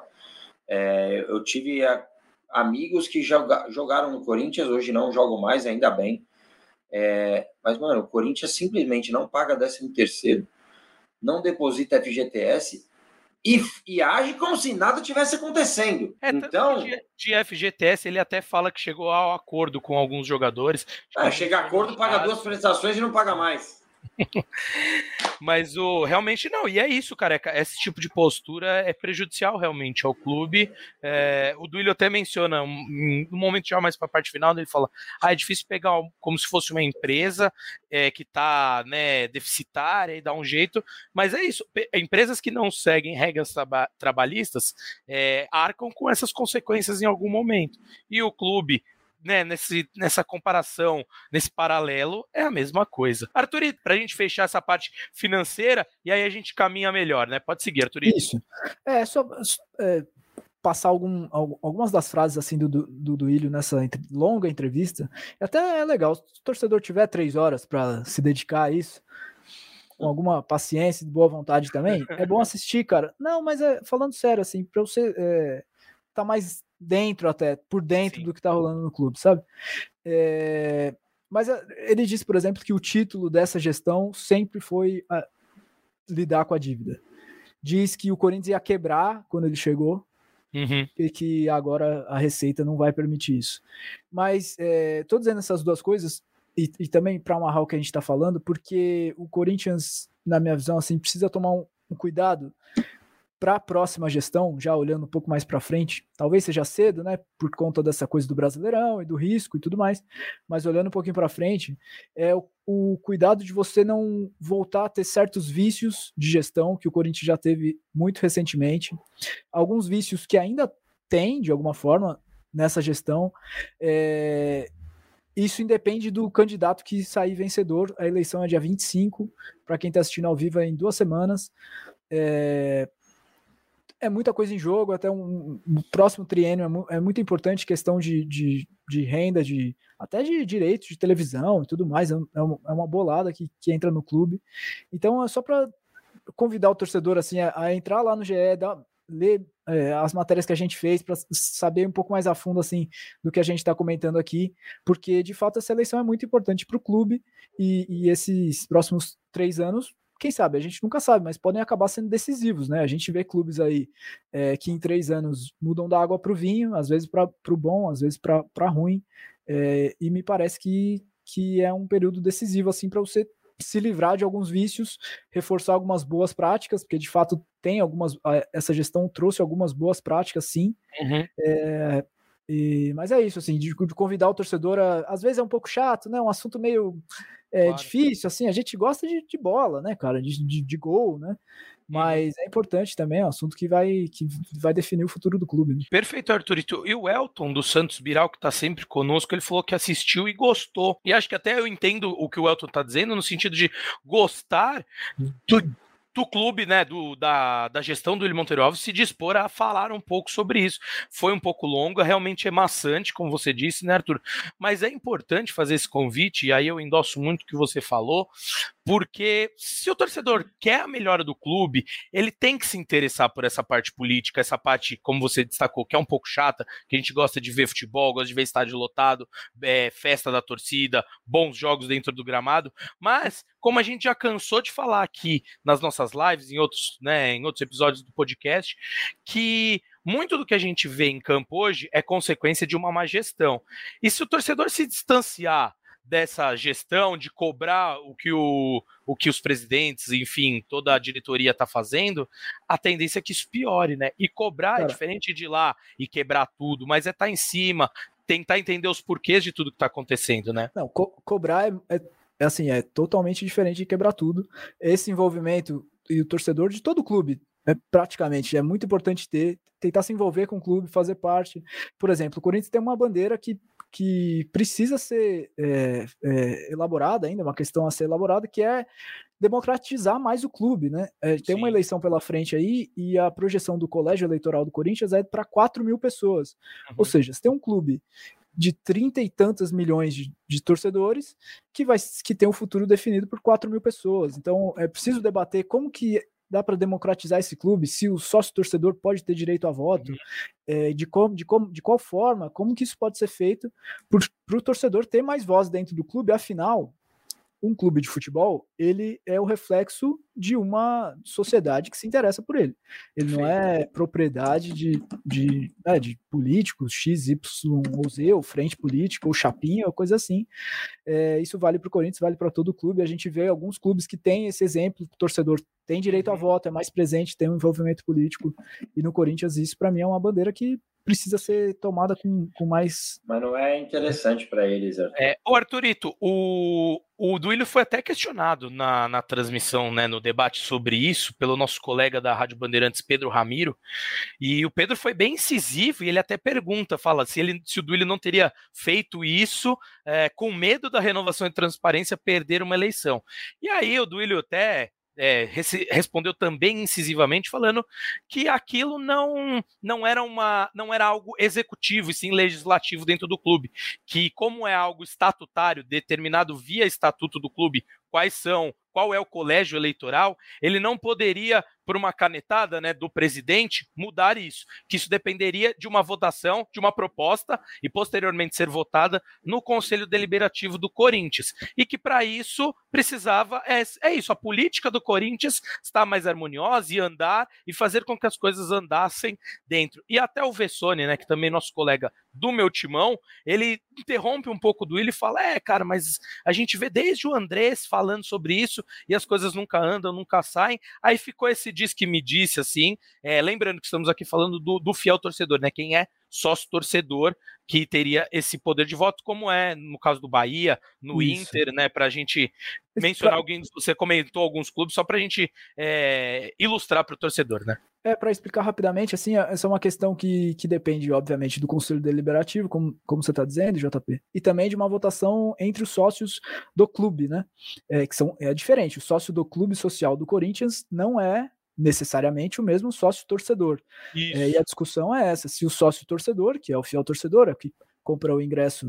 Eu tive amigos que jogaram no Corinthians, hoje não jogam mais, ainda bem. Mas, mano, o Corinthians simplesmente não paga 13º, não deposita FGTS e age como se nada tivesse acontecendo. Então, de FGTS, ele até fala que chegou ao acordo com alguns jogadores. Chega a acordo, paga 2 prestações e não paga mais. Mas realmente não, e é isso, careca. Esse tipo de postura é prejudicial realmente ao clube. O Duílio até menciona, no momento já mais para a parte final, ele fala: é difícil pegar como se fosse uma empresa que está deficitária e dar um jeito, mas é isso. Empresas que não seguem regras trabalhistas arcam com essas consequências em algum momento. E o clube, nessa comparação, nesse paralelo, é a mesma coisa. Arthurito, para a gente fechar essa parte financeira, e aí a gente caminha melhor, né? Pode seguir, Arthurito. Isso. Só passar algumas das frases assim do Duílio nessa longa entrevista. Até é legal, se o torcedor tiver 3 horas para se dedicar a isso, com alguma paciência e boa vontade também, é bom assistir, cara. Não, mas falando sério, assim, para você tá mais por dentro Sim. do que tá rolando no clube, sabe? Mas ele disse, por exemplo, que o título dessa gestão sempre foi lidar com a dívida. Diz que o Corinthians ia quebrar quando ele chegou, e que agora a Receita não vai permitir isso. Mas tô dizendo essas duas coisas e também para amarrar o que a gente tá falando, porque o Corinthians, na minha visão, assim, precisa tomar um cuidado para a próxima gestão, já olhando um pouco mais para frente, talvez seja cedo, né, por conta dessa coisa do Brasileirão e do risco e tudo mais, mas olhando um pouquinho para frente, o cuidado de você não voltar a ter certos vícios de gestão que o Corinthians já teve muito recentemente, alguns vícios que ainda tem, de alguma forma, nessa gestão. Isso independe do candidato que sair vencedor. A eleição é dia 25, para quem está assistindo ao vivo é em 2 semanas. É muita coisa em jogo, até um próximo triênio é muito importante, questão de renda, até de direitos de televisão e tudo mais, é uma bolada que entra no clube. Então é só para convidar o torcedor assim, a entrar lá no GE, ler as matérias que a gente fez para saber um pouco mais a fundo assim do que a gente está comentando aqui, porque de fato essa eleição é muito importante para o clube e esses próximos 3 anos, quem sabe, a gente nunca sabe, mas podem acabar sendo decisivos, né? A gente vê clubes aí que em 3 anos mudam da água para o vinho, às vezes para o bom, às vezes para ruim, e me parece que é um período decisivo assim para você se livrar de alguns vícios, reforçar algumas boas práticas, porque de fato tem essa gestão trouxe algumas boas práticas, sim. Mas é isso, assim, de convidar o torcedor, às vezes é um pouco chato, né? Um assunto meio claro, difícil, assim, a gente gosta de bola, né, cara, de gol, né? Mas é importante também, é um assunto que vai definir o futuro do clube. Né? Perfeito, Arthurito. E o Elton, do Santos Biral, que está sempre conosco, ele falou que assistiu e gostou. E acho que até eu entendo o que o Elton está dizendo, no sentido de gostar do clube, né, da gestão do Willy Monteiro Alves se dispor a falar um pouco sobre isso. Foi um pouco longa, realmente é maçante, como você disse, né, Arthur? Mas é importante fazer esse convite, e aí eu endosso muito o que você falou, porque se o torcedor quer a melhora do clube, ele tem que se interessar por essa parte política, essa parte, como você destacou, que é um pouco chata, que a gente gosta de ver futebol, gosta de ver estádio lotado, festa da torcida, bons jogos dentro do gramado, mas como a gente já cansou de falar aqui nas nossas lives, em outros episódios do podcast, que muito do que a gente vê em campo hoje é consequência de uma má gestão. E se o torcedor se distanciar dessa gestão, de cobrar o que os presidentes, enfim, toda a diretoria está fazendo, a tendência é que isso piore, né? E cobrar é diferente de ir lá e quebrar tudo, mas é estar em cima, tentar entender os porquês de tudo que está acontecendo, né? Não, cobrar é totalmente diferente de quebrar tudo. Esse envolvimento e o torcedor de todo o clube, praticamente, é muito importante tentar se envolver com o clube, fazer parte. Por exemplo, o Corinthians tem uma bandeira que precisa ser elaborada ainda, uma questão a ser elaborada, que é democratizar mais o clube, né? Tem uma eleição pela frente aí e a projeção do colégio eleitoral do Corinthians é para 4 mil pessoas. Ou seja, você tem um clube de 30 e tantos milhões de torcedores que tem um futuro definido por 4 mil pessoas. Então, é preciso debater como que dá para democratizar esse clube, se o sócio-torcedor pode ter direito a voto, de qual forma, como que isso pode ser feito para o torcedor ter mais voz dentro do clube. Afinal, um clube de futebol, ele é o reflexo de uma sociedade que se interessa por ele. Ele não é propriedade de políticos, X, Y ou Z, ou frente política, ou chapinha, ou coisa assim. Isso vale para o Corinthians, vale para todo o clube. A gente vê alguns clubes que têm esse exemplo, o torcedor tem direito a voto, é mais presente, tem um envolvimento político. E no Corinthians, isso para mim é uma bandeira que precisa ser tomada com mais... Mas não é interessante para eles, Arthur. O Arthurito, o Duílio foi até questionado na transmissão, né, no debate sobre isso, pelo nosso colega da Rádio Bandeirantes, Pedro Ramiro, e o Pedro foi bem incisivo, e ele até fala se o Duílio não teria feito isso com medo da renovação e transparência perder uma eleição. E aí o Duílio até... respondeu também incisivamente, falando que aquilo não era algo executivo e sim legislativo dentro do clube, que como é algo estatutário, determinado via estatuto do clube, qual é o colégio eleitoral, ele não poderia, por uma canetada, né, do presidente, mudar isso, que isso dependeria de uma votação, de uma proposta, e posteriormente ser votada no Conselho Deliberativo do Corinthians, e que para isso precisava, a política do Corinthians estar mais harmoniosa e andar, e fazer com que as coisas andassem dentro. E até o Vessone, né, que também é nosso colega do meu timão, ele interrompe um pouco do Willi e fala, cara, mas a gente vê desde o Andrés falando sobre isso, e as coisas nunca andam, nunca saem. Aí ficou esse diz que me disse, assim, lembrando que estamos aqui falando do fiel torcedor, né? Quem é sócio torcedor que teria esse poder de voto, como é no caso do Bahia, no Inter, né? Para a gente mencionar alguém, você comentou alguns clubes, só para a gente ilustrar para o torcedor, né? Para explicar rapidamente, assim, essa é uma questão que depende, obviamente, do Conselho Deliberativo, como você está dizendo, JP, e também de uma votação entre os sócios do clube, né? É diferente. O sócio do clube social do Corinthians não é necessariamente o mesmo sócio torcedor. E a discussão é essa: se o sócio torcedor, que é o fiel torcedor, que compra o ingresso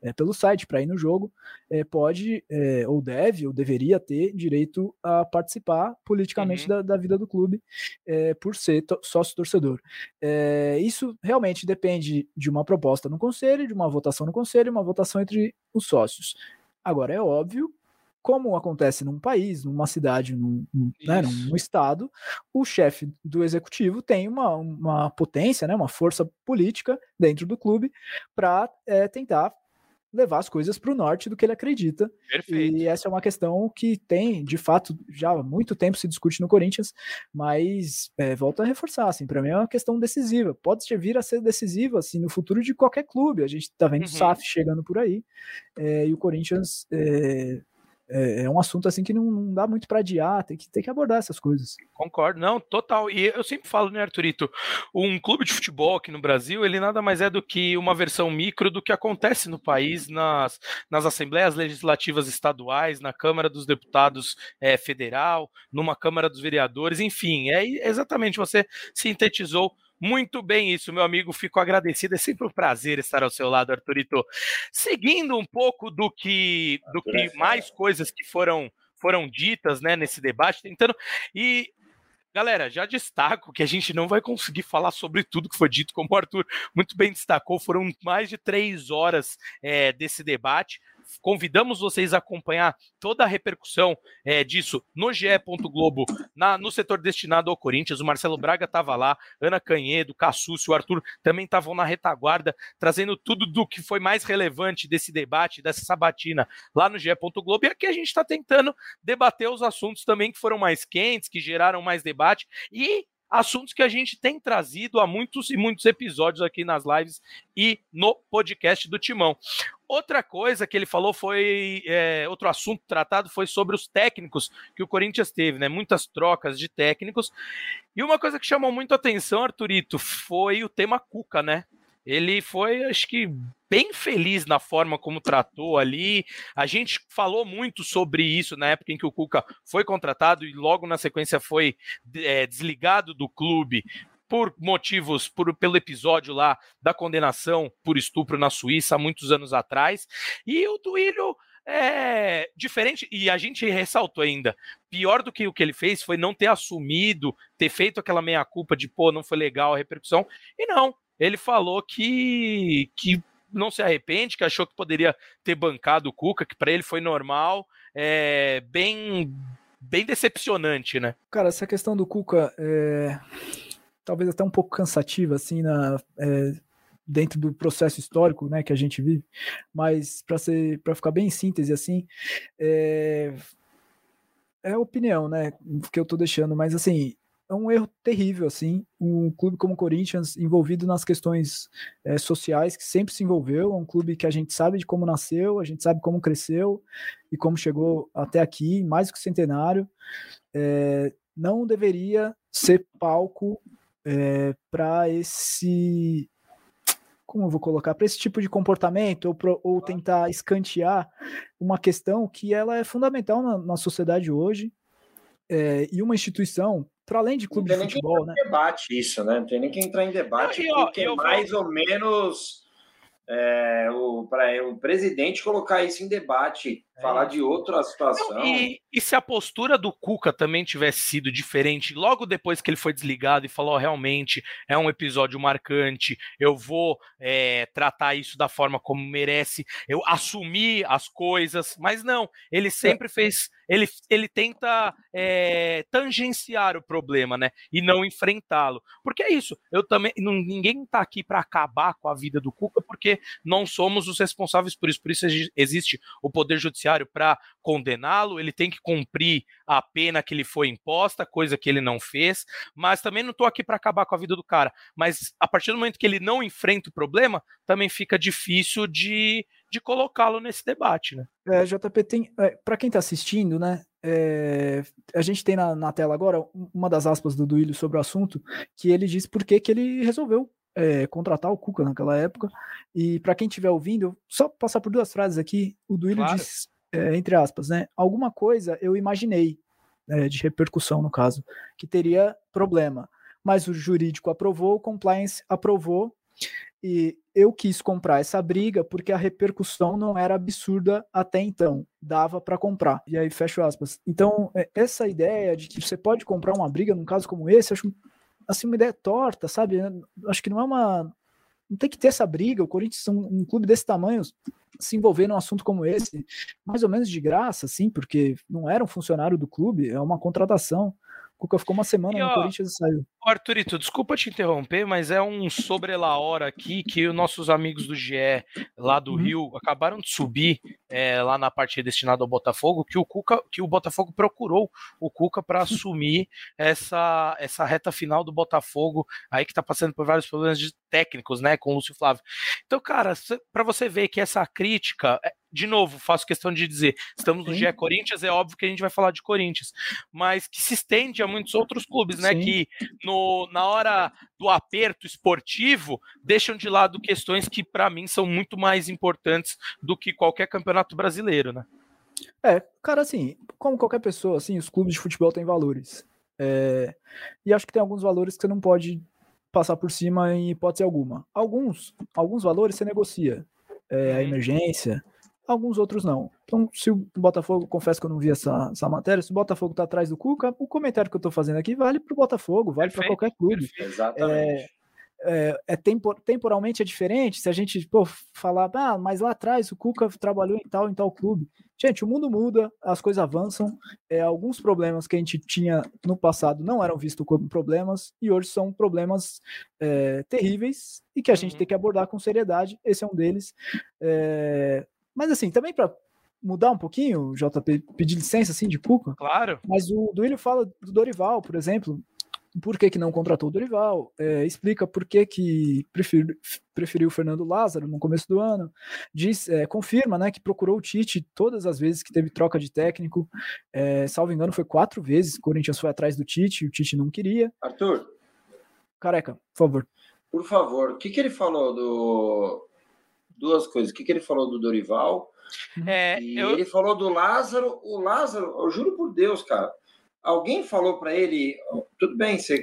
pelo site para ir no jogo, pode, ou deve, ou deveria ter direito a participar politicamente da vida do clube, por ser sócio-torcedor. Isso realmente depende de uma proposta no conselho, de uma votação no conselho, uma votação entre os sócios. Agora, é óbvio, como acontece num país, numa cidade, num estado, o chefe do executivo tem uma potência, né, uma força política dentro do clube para tentar levar as coisas para o norte do que ele acredita. Perfeito. E essa é uma questão que tem, de fato, já há muito tempo se discute no Corinthians, mas volto a reforçar, assim, para mim é uma questão decisiva. Pode vir a ser decisiva assim, no futuro de qualquer clube. A gente está vendo o SAF chegando por aí, e o Corinthians é um assunto assim que não dá muito para adiar, tem que abordar essas coisas. Concordo, não, total. E eu sempre falo, né, Arthurito, um clube de futebol aqui no Brasil, ele nada mais é do que uma versão micro do que acontece no país, nas assembleias legislativas estaduais, na Câmara dos Deputados Federal, numa Câmara dos Vereadores, enfim, exatamente, você sintetizou muito bem isso, meu amigo, fico agradecido, é sempre um prazer estar ao seu lado, Arthurito. Seguindo um pouco do que mais coisas que foram ditas, né, nesse debate, tentando... E, galera, já destaco que a gente não vai conseguir falar sobre tudo que foi dito, como o Arthur muito bem destacou, foram mais de 3 horas desse debate. Convidamos vocês a acompanhar toda a repercussão disso no ge.globo, no setor destinado ao Corinthians. O Marcelo Braga estava lá, Ana Canhedo, Cassúcio, o Arthur também estavam na retaguarda, trazendo tudo do que foi mais relevante desse debate, dessa sabatina lá no ge.globo. E aqui a gente está tentando debater os assuntos também que foram mais quentes, que geraram mais debate e assuntos que a gente tem trazido há muitos e muitos episódios aqui nas lives e no podcast do Timão. Outra coisa que ele falou foi, outro assunto tratado foi sobre os técnicos que o Corinthians teve, né? Muitas trocas de técnicos. E uma coisa que chamou muito a atenção, Arthurito, foi o tema Cuca, né? Ele foi, acho que, bem feliz na forma como tratou ali. A gente falou muito sobre isso na época em que o Cuca foi contratado e logo na sequência foi desligado do clube por motivos, pelo episódio lá da condenação por estupro na Suíça, há muitos anos atrás. E o Duílio diferente, e a gente ressaltou ainda, pior do que o que ele fez foi não ter assumido, ter feito aquela meia-culpa de, não foi legal a repercussão, e não. Ele falou que não se arrepende, que achou que poderia ter bancado o Cuca, que para ele foi normal, bem decepcionante, né? Cara, essa questão do Cuca talvez até um pouco cansativa, assim, dentro do processo histórico, né, que a gente vive, mas para ficar bem em síntese, assim, é opinião, né, que eu tô deixando, mas assim, é um erro terrível, assim, um clube como o Corinthians envolvido nas questões sociais, que sempre se envolveu, é um clube que a gente sabe de como nasceu, a gente sabe como cresceu e como chegou até aqui, mais do que centenário, não deveria ser palco para esse... Como eu vou colocar? Para esse tipo de comportamento ou tentar escantear uma questão que ela é fundamental na sociedade hoje, e uma instituição, para além de clube de futebol, né? Não tem nem que entrar em debate isso, né? Não tem nem que entrar em debate, porque mais ou menos o presidente colocar isso em debate, falar de outra situação. Não, e se a postura do Cuca também tivesse sido diferente, logo depois que ele foi desligado e falou, realmente é um episódio marcante, eu vou tratar isso da forma como merece, eu assumi as coisas, mas não, ele sempre fez... Ele tenta tangenciar o problema, né? E não enfrentá-lo. Porque é isso. Ninguém está aqui para acabar com a vida do Cuca, porque não somos os responsáveis por isso. Por isso existe o Poder Judiciário para condená-lo. Ele tem que cumprir a pena que lhe foi imposta, coisa que ele não fez. Mas também não estou aqui para acabar com a vida do cara. Mas a partir do momento que ele não enfrenta o problema, também fica difícil de colocá-lo nesse debate, né? JP, tem, para quem está assistindo, né, a gente tem na tela agora uma das aspas do Duílio sobre o assunto, que ele diz por que ele resolveu contratar o Cuca naquela época, e para quem estiver ouvindo, só passar por 2 frases aqui, o Duílio diz, entre aspas, né, alguma coisa eu imaginei, de repercussão no caso, que teria problema, mas o jurídico aprovou, o compliance aprovou, E eu quis comprar essa briga porque a repercussão não era absurda até então, dava para comprar. E aí, fecho aspas. Então, essa ideia de que você pode comprar uma briga num caso como esse, acho assim, uma ideia torta, sabe? Acho que não tem que ter essa briga. O Corinthians, um clube desse tamanho, se envolver num assunto como esse, mais ou menos de graça, assim, porque não era um funcionário do clube, é uma contratação. O Cuca ficou uma semana no Corinthians e saiu. Arthurito, desculpa te interromper, mas é um sobre-la hora aqui que os nossos amigos do GE lá do Rio acabaram de subir lá na parte destinada ao Botafogo, que o Botafogo procurou o Cuca para assumir essa reta final do Botafogo, aí que está passando por vários problemas técnicos, né, com o Lúcio Flávio. Então, cara, para você ver que essa crítica, de novo, faço questão de dizer, estamos no GE Corinthians, é óbvio que a gente vai falar de Corinthians, mas que se estende a muitos outros clubes, né, que na hora do aperto esportivo, deixam de lado questões que, para mim, são muito mais importantes do que qualquer campeonato brasileiro, né? Cara, assim, como qualquer pessoa, assim, os clubes de futebol têm valores. E acho que tem alguns valores que você não pode passar por cima em hipótese alguma. Alguns valores você negocia. A emergência, alguns outros não. Então, se o Botafogo, confesso que eu não vi essa matéria, se o Botafogo tá atrás do Cuca, o comentário que eu tô fazendo aqui vale pro Botafogo, vale para qualquer clube. Exatamente. Temporalmente é diferente, se a gente falar, mas lá atrás o Cuca trabalhou em tal clube. Gente, o mundo muda, as coisas avançam, alguns problemas que a gente tinha no passado não eram vistos como problemas, e hoje são problemas terríveis, e que a gente tem que abordar com seriedade, esse é um deles. Mas assim, também para mudar um pouquinho, JP, pedir licença assim de Cuca. Claro. Mas o Duílio fala do Dorival, por exemplo. Por que não contratou o Dorival? Explica por que preferiu o Fernando Lázaro no começo do ano. Confirma, né, que procurou o Tite todas as vezes que teve troca de técnico. Salvo engano, foi 4 vezes. O Corinthians foi atrás do Tite, o Tite não queria. Arthur. Careca, por favor. Por favor, o que ele falou do... Duas coisas. O que ele falou do Dorival? Ele falou do Lázaro. O Lázaro, eu juro por Deus, cara. Alguém falou para ele, tudo bem, você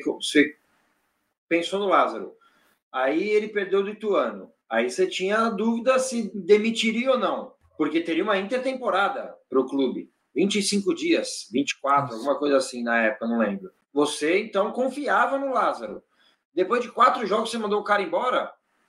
pensou no Lázaro. Aí ele perdeu do Ituano. Aí você tinha dúvida se demitiria ou não. Porque teria uma intertemporada para o clube. 25 dias, 24, alguma coisa assim na época, não lembro. Você, então, confiava no Lázaro. Depois de 4 jogos, você mandou o cara embora?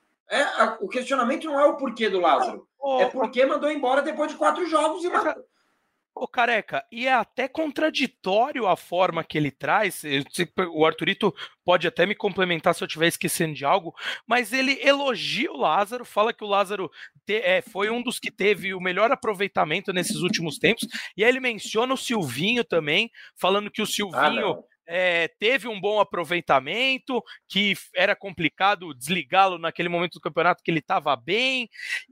O questionamento não é o porquê do Lázaro. É porque mandou embora depois de 4 jogos e mandou. Careca, e é até contraditório a forma que ele traz. O Arthurito pode até me complementar se eu estiver esquecendo de algo, mas ele elogia o Lázaro, fala que o Lázaro foi um dos que teve o melhor aproveitamento nesses últimos tempos, e aí ele menciona o Silvinho também, falando que o Silvinho teve um bom aproveitamento, que era complicado desligá-lo naquele momento do campeonato que ele estava bem,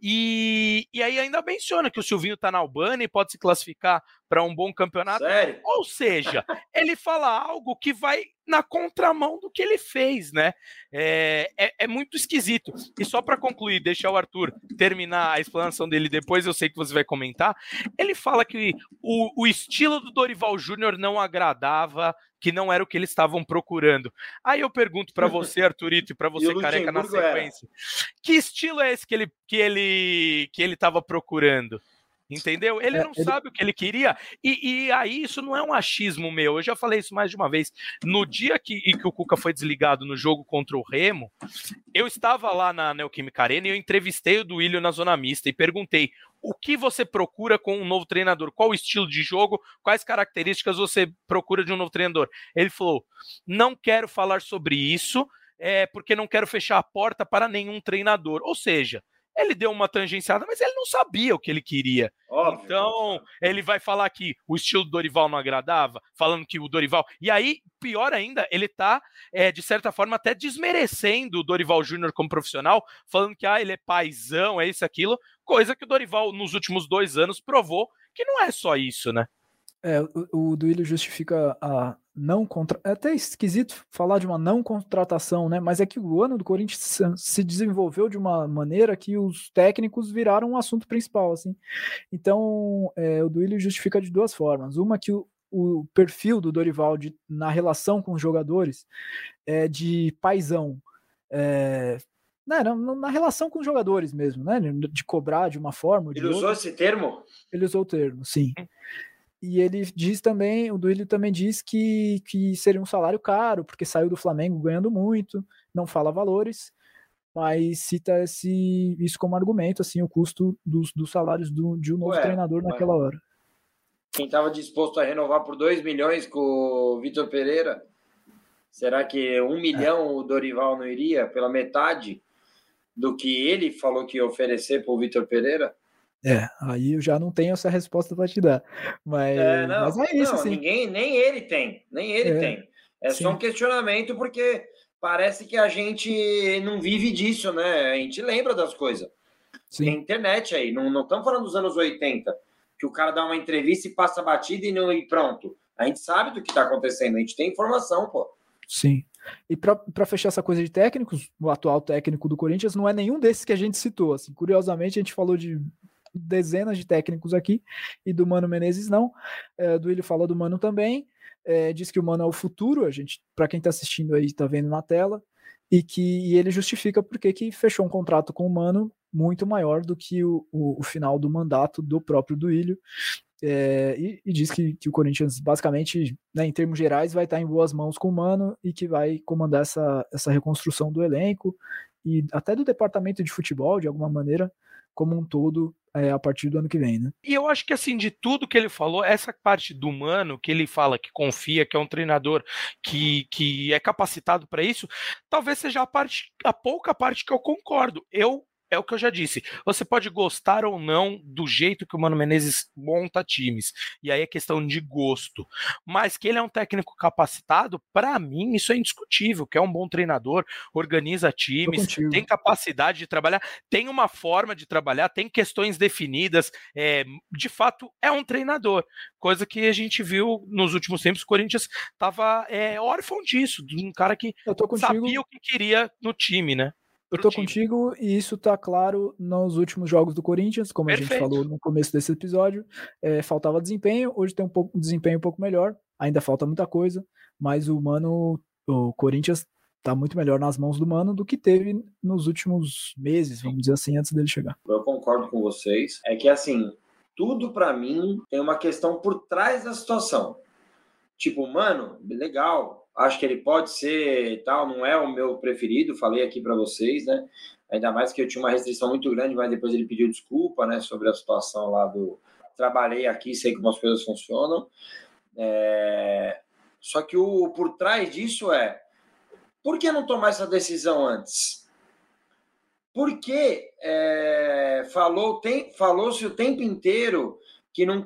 e aí ainda menciona que o Silvinho está na Albânia e pode se classificar para um bom campeonato. Sério? Ou seja, ele fala algo que vai na contramão do que ele fez, né? É muito esquisito. E só para concluir, deixar o Arthur terminar a explanação dele depois, eu sei que você vai comentar. Ele fala que o estilo do Dorival Júnior não agradava, que não era o que eles estavam procurando. Aí eu pergunto para você, Arthurito, e para você, Careca, na sequência. Que estilo é esse que ele estava procurando? Entendeu? Ele não sabe o que ele queria. E aí isso não é um achismo meu. Eu já falei isso mais de uma vez. No dia que o Cuca foi desligado no jogo contra o Remo, eu estava lá na Neoquímica Arena e eu entrevistei o Duílio na Zona Mista e perguntei: o que você procura com um novo treinador? Qual o estilo de jogo? Quais características você procura de um novo treinador? Ele falou: não quero falar sobre isso, porque não quero fechar a porta para nenhum treinador. Ou seja, ele deu uma tangenciada, mas ele não sabia o que ele queria. Óbvio, então, ele vai falar que o estilo do Dorival não agradava, falando que o Dorival... E aí, pior ainda, ele tá, de certa forma, até desmerecendo o Dorival Júnior como profissional, falando que ele é paizão, é isso, aquilo, coisa que o Dorival, nos últimos 2 anos, provou que não é só isso, né? O Duílio justifica a não contra... É até esquisito falar de uma não contratação, né? Mas é que o ano do Corinthians se desenvolveu de uma maneira que os técnicos viraram um assunto principal, assim. Então, o Duílio justifica de 2 formas. Uma que o perfil do Dorival na relação com os jogadores é de paizão. né, na relação com os jogadores mesmo, né? De cobrar de uma forma. Ele usou esse termo? Ele usou o termo, sim. E ele diz também, o Duílio também diz que seria um salário caro, porque saiu do Flamengo ganhando muito, não fala valores, mas cita isso como argumento, assim, o custo dos salários de um novo treinador naquela hora. Quem estava disposto a renovar por 2 milhões com o Vitor Pereira, será que 1 milhão o Dorival não iria? Pela metade do que ele falou que ia oferecer para o Vitor Pereira? Aí eu já não tenho essa resposta para te dar. Mas é isso, sim. Nem ele tem. É só um questionamento, porque parece que a gente não vive disso, né? A gente lembra das coisas. Sim. Tem internet aí, não estamos falando dos anos 80, que o cara dá uma entrevista e passa a batida e pronto. A gente sabe do que está acontecendo, a gente tem informação, pô. Sim. E para fechar essa coisa de técnicos, o atual técnico do Corinthians não é nenhum desses que a gente citou. Assim, curiosamente, a gente falou de dezenas de técnicos aqui, e do Mano Menezes não. Do Duílio falou do Mano também. Diz que o Mano é o futuro, para quem está assistindo aí, está vendo na tela, e ele justifica porque que fechou um contrato com o Mano muito maior do que o final do mandato do próprio Duílio. E diz que o Corinthians, basicamente, né, em termos gerais, vai estar em boas mãos com o Mano e que vai comandar essa reconstrução do elenco e até do departamento de futebol, de alguma maneira, como um todo, a partir do ano que vem, né? E eu acho que, assim, de tudo que ele falou, essa parte do Mano, que ele fala que confia, que é um treinador que é capacitado para isso, talvez seja a pouca parte que eu concordo. É o que eu já disse. Você pode gostar ou não do jeito que o Mano Menezes monta times. E aí é questão de gosto. Mas que ele é um técnico capacitado, para mim, isso é indiscutível, que é um bom treinador, organiza times, tem capacidade de trabalhar, tem uma forma de trabalhar, tem questões definidas. De fato, é um treinador. Coisa que a gente viu nos últimos tempos, o Corinthians estava órfão disso, de um cara que sabia o que queria no time, né? Eu tô contigo, e isso tá claro nos últimos jogos do Corinthians, como Perfeito. A gente falou no começo desse episódio. Faltava desempenho, hoje tem um desempenho um pouco melhor, ainda falta muita coisa, mas o Corinthians tá muito melhor nas mãos do Mano do que teve nos últimos meses, vamos dizer assim, antes dele chegar. Eu concordo com vocês. É que, assim, tudo pra mim tem uma questão por trás da situação. Tipo, Mano, legal, acho que ele pode ser tal, não é o meu preferido, falei aqui para vocês, né? Ainda mais que eu tinha uma restrição muito grande, mas depois ele pediu desculpa, né? Sobre a situação lá do... Trabalhei aqui, sei como as coisas funcionam. Só que por trás disso por que não tomar essa decisão antes? Porque falou-se o tempo inteiro que não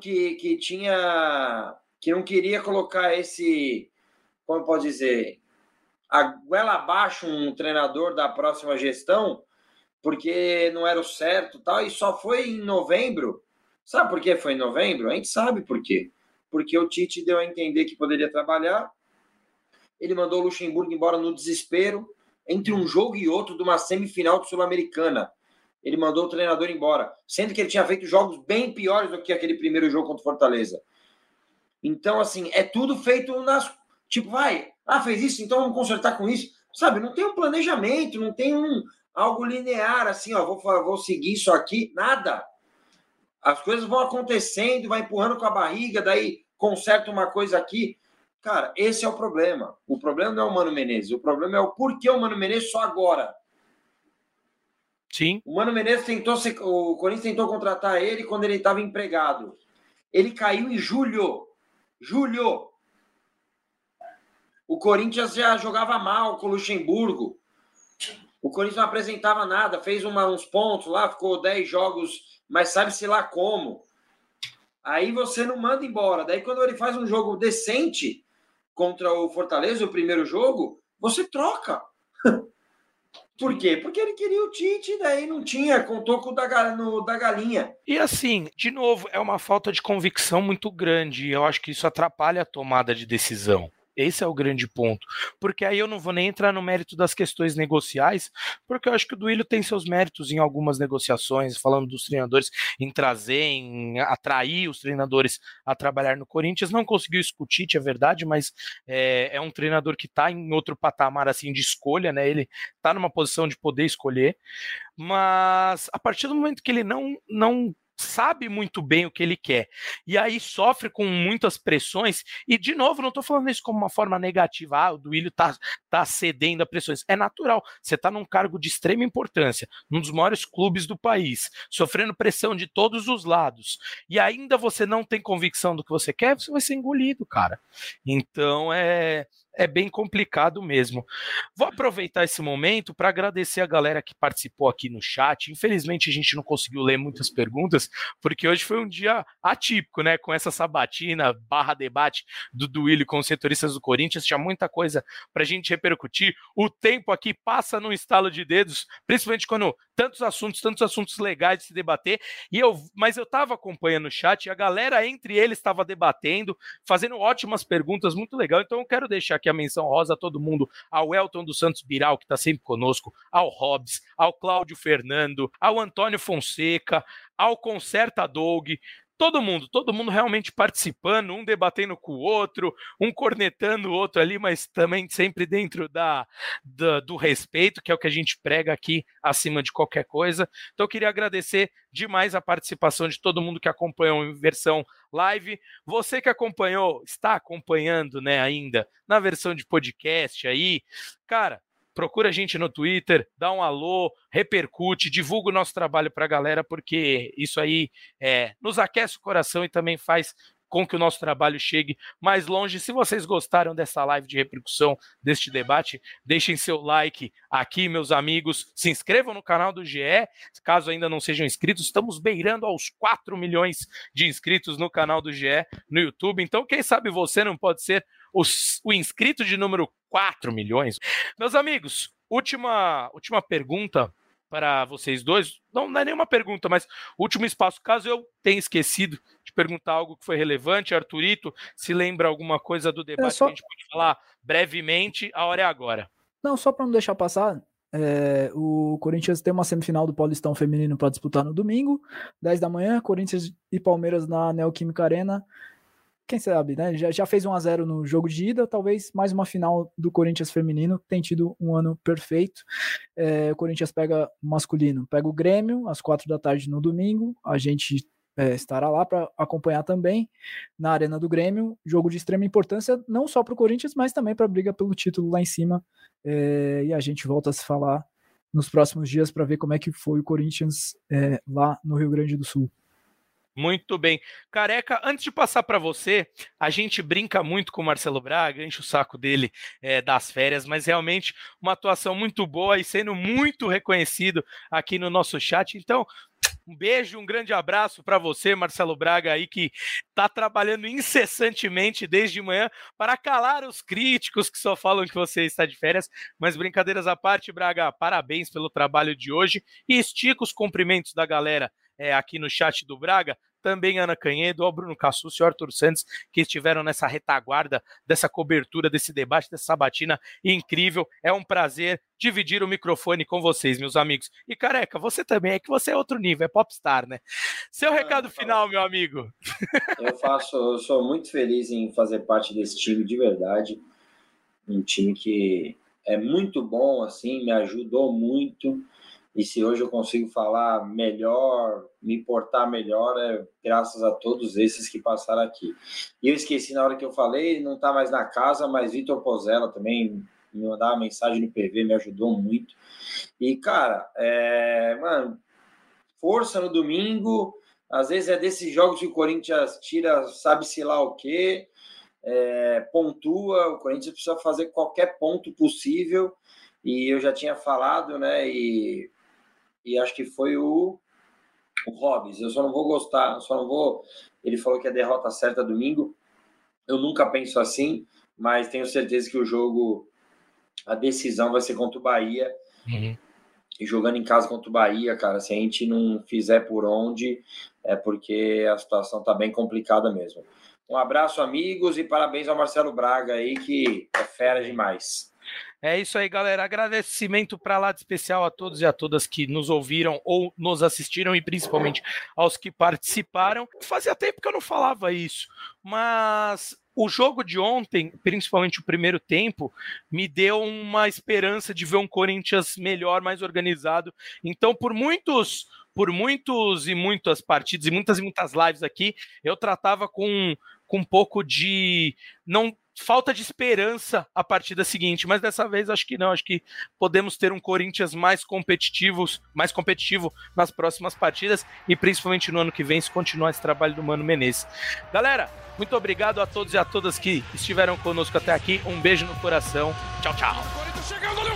queria colocar esse... Como pode dizer, a goela abaixo um treinador da próxima gestão, porque não era o certo, tal, e só foi em novembro. Sabe por que foi em novembro? A gente sabe por quê. Porque o Tite deu a entender que poderia trabalhar, ele mandou o Luxemburgo embora no desespero, entre um jogo e outro de uma semifinal Sul-Americana. Ele mandou o treinador embora, sendo que ele tinha feito jogos bem piores do que aquele primeiro jogo contra o Fortaleza. Então, assim, é tudo feito tipo, fez isso, então vamos consertar com isso. Sabe, não tem um planejamento, não tem algo linear, assim, vou seguir isso aqui, nada. As coisas vão acontecendo, vai empurrando com a barriga, daí conserta uma coisa aqui. Cara, esse é o problema. O problema não é o Mano Menezes, o problema é o porquê o Mano Menezes só agora. Sim. O Mano Menezes o Corinthians tentou contratar ele quando ele estava empregado. Ele caiu em julho. O Corinthians já jogava mal com o Luxemburgo. O Corinthians não apresentava nada, fez uns pontos lá, ficou 10 jogos, mas sabe-se lá como. Aí você não manda embora. Daí quando ele faz um jogo decente contra o Fortaleza, o primeiro jogo, você troca. Por quê? Porque ele queria o Tite, daí não tinha, contou com o da galinha. E assim, de novo, é uma falta de convicção muito grande, e eu acho que isso atrapalha a tomada de decisão. Esse é o grande ponto. Porque aí eu não vou nem entrar no mérito das questões negociais, porque eu acho que o Duílio tem seus méritos em algumas negociações, falando dos treinadores, em trazer, em atrair os treinadores a trabalhar no Corinthians. Não conseguiu discutir, é verdade, mas é um treinador que está em outro patamar assim de escolha, né? Ele está numa posição de poder escolher, mas a partir do momento que ele não sabe muito bem o que ele quer, e aí sofre com muitas pressões, e de novo, não estou falando isso como uma forma negativa, o Duílio tá cedendo a pressões, é natural, você está num cargo de extrema importância, num dos maiores clubes do país, sofrendo pressão de todos os lados, e ainda você não tem convicção do que você quer, você vai ser engolido, cara. Então é bem complicado mesmo. Vou aproveitar esse momento para agradecer a galera que participou aqui no chat. Infelizmente a gente não conseguiu ler muitas perguntas, porque hoje foi um dia atípico, né? Com essa sabatina / debate do Duílio com os setoristas do Corinthians, tinha muita coisa para a gente repercutir. O tempo aqui passa num estalo de dedos, principalmente quando tantos assuntos legais de se debater. Mas eu estava acompanhando o chat e a galera entre eles estava debatendo, fazendo ótimas perguntas, muito legal. Então eu quero deixar aqui a menção rosa a todo mundo, ao Elton dos Santos Biral, que está sempre conosco, ao Hobbs, ao Cláudio Fernando, ao Antônio Fonseca, ao Concerta Doug, todo mundo realmente participando, um debatendo com o outro, um cornetando o outro ali, mas também sempre dentro do respeito, que é o que a gente prega aqui acima de qualquer coisa. Então eu queria agradecer demais a participação de todo mundo que acompanhou em versão live. Você que está acompanhando, né, ainda na versão de podcast aí, cara, procura a gente no Twitter, dá um alô, repercute, divulga o nosso trabalho para a galera, porque isso aí nos aquece o coração e também faz com que o nosso trabalho chegue mais longe. Se vocês gostaram dessa live de repercussão, deste debate, deixem seu like aqui, meus amigos. Se inscrevam no canal do GE, caso ainda não sejam inscritos. Estamos beirando aos 4 milhões de inscritos no canal do GE no YouTube. Então, quem sabe você não pode ser o inscrito de número 4 milhões. Meus amigos, última pergunta para vocês dois. Não é nenhuma pergunta, mas último espaço. Caso eu tenha esquecido de perguntar algo que foi relevante, Arthurito, se lembra alguma coisa do debate que a gente pode falar brevemente, a hora é agora. Não, só para não deixar passar, o Corinthians tem uma semifinal do Paulistão Feminino para disputar no domingo, 10 da manhã, Corinthians e Palmeiras na Neoquímica Arena. Quem sabe, né? Já fez 1-0 no jogo de ida, talvez mais uma final do Corinthians feminino, que tem tido um ano perfeito. O Corinthians pega o masculino, pega o Grêmio, às 4 da tarde no domingo. A gente estará lá para acompanhar também na Arena do Grêmio. Jogo de extrema importância, não só para o Corinthians, mas também para a briga pelo título lá em cima. E a gente volta a se falar nos próximos dias para ver como é que foi o Corinthians lá no Rio Grande do Sul. Muito bem. Careca, antes de passar para você, a gente brinca muito com o Marcelo Braga, enche o saco dele das férias, mas realmente uma atuação muito boa e sendo muito reconhecido aqui no nosso chat. Então, um beijo, um grande abraço para você, Marcelo Braga, aí que está trabalhando incessantemente desde manhã para calar os críticos que só falam que você está de férias. Mas brincadeiras à parte, Braga, parabéns pelo trabalho de hoje e estica os cumprimentos da galera aqui no chat do Braga, também Ana Canhedo, o Bruno Cassucci e o Arthur Santos, que estiveram nessa retaguarda dessa cobertura, desse debate, dessa sabatina incrível. É um prazer dividir o microfone com vocês, meus amigos. E Careca, você também, é que você é outro nível, é popstar, né? Seu recado final, meu amigo. Eu sou muito feliz em fazer parte desse time de verdade, um time que é muito bom, assim, me ajudou muito. E se hoje eu consigo falar melhor, me portar melhor, é graças a todos esses que passaram aqui. E eu esqueci na hora que eu falei, não está mais na casa, mas Vitor Pozella também me mandava uma mensagem no PV, me ajudou muito. E, cara, mano, força no domingo. Às vezes é desses jogos que o Corinthians tira, sabe-se lá o quê, pontua. O Corinthians precisa fazer qualquer ponto possível. E eu já tinha falado, né, e acho que foi o Hobbs. Eu só não vou gostar, ele falou que a derrota certa domingo. Eu nunca penso assim, mas tenho certeza que o jogo, a decisão vai ser contra o Bahia. E jogando em casa contra o Bahia, cara, se a gente não fizer por onde, é porque a situação tá bem complicada mesmo. Um abraço, amigos, e parabéns ao Marcelo Braga aí, que é fera demais. É isso aí, galera. Agradecimento para lá de especial a todos e a todas que nos ouviram ou nos assistiram e principalmente aos que participaram. Fazia tempo que eu não falava isso, mas o jogo de ontem, principalmente o primeiro tempo, me deu uma esperança de ver um Corinthians melhor, mais organizado. Então, por muitas partidas e muitas lives aqui, eu tratava com um pouco de falta de esperança a partida seguinte, mas dessa vez acho que não, acho que podemos ter um Corinthians mais competitivo nas próximas partidas e principalmente no ano que vem, se continuar esse trabalho do Mano Menezes. Galera, muito obrigado a todos e a todas que estiveram conosco até aqui, um beijo no coração, tchau, tchau.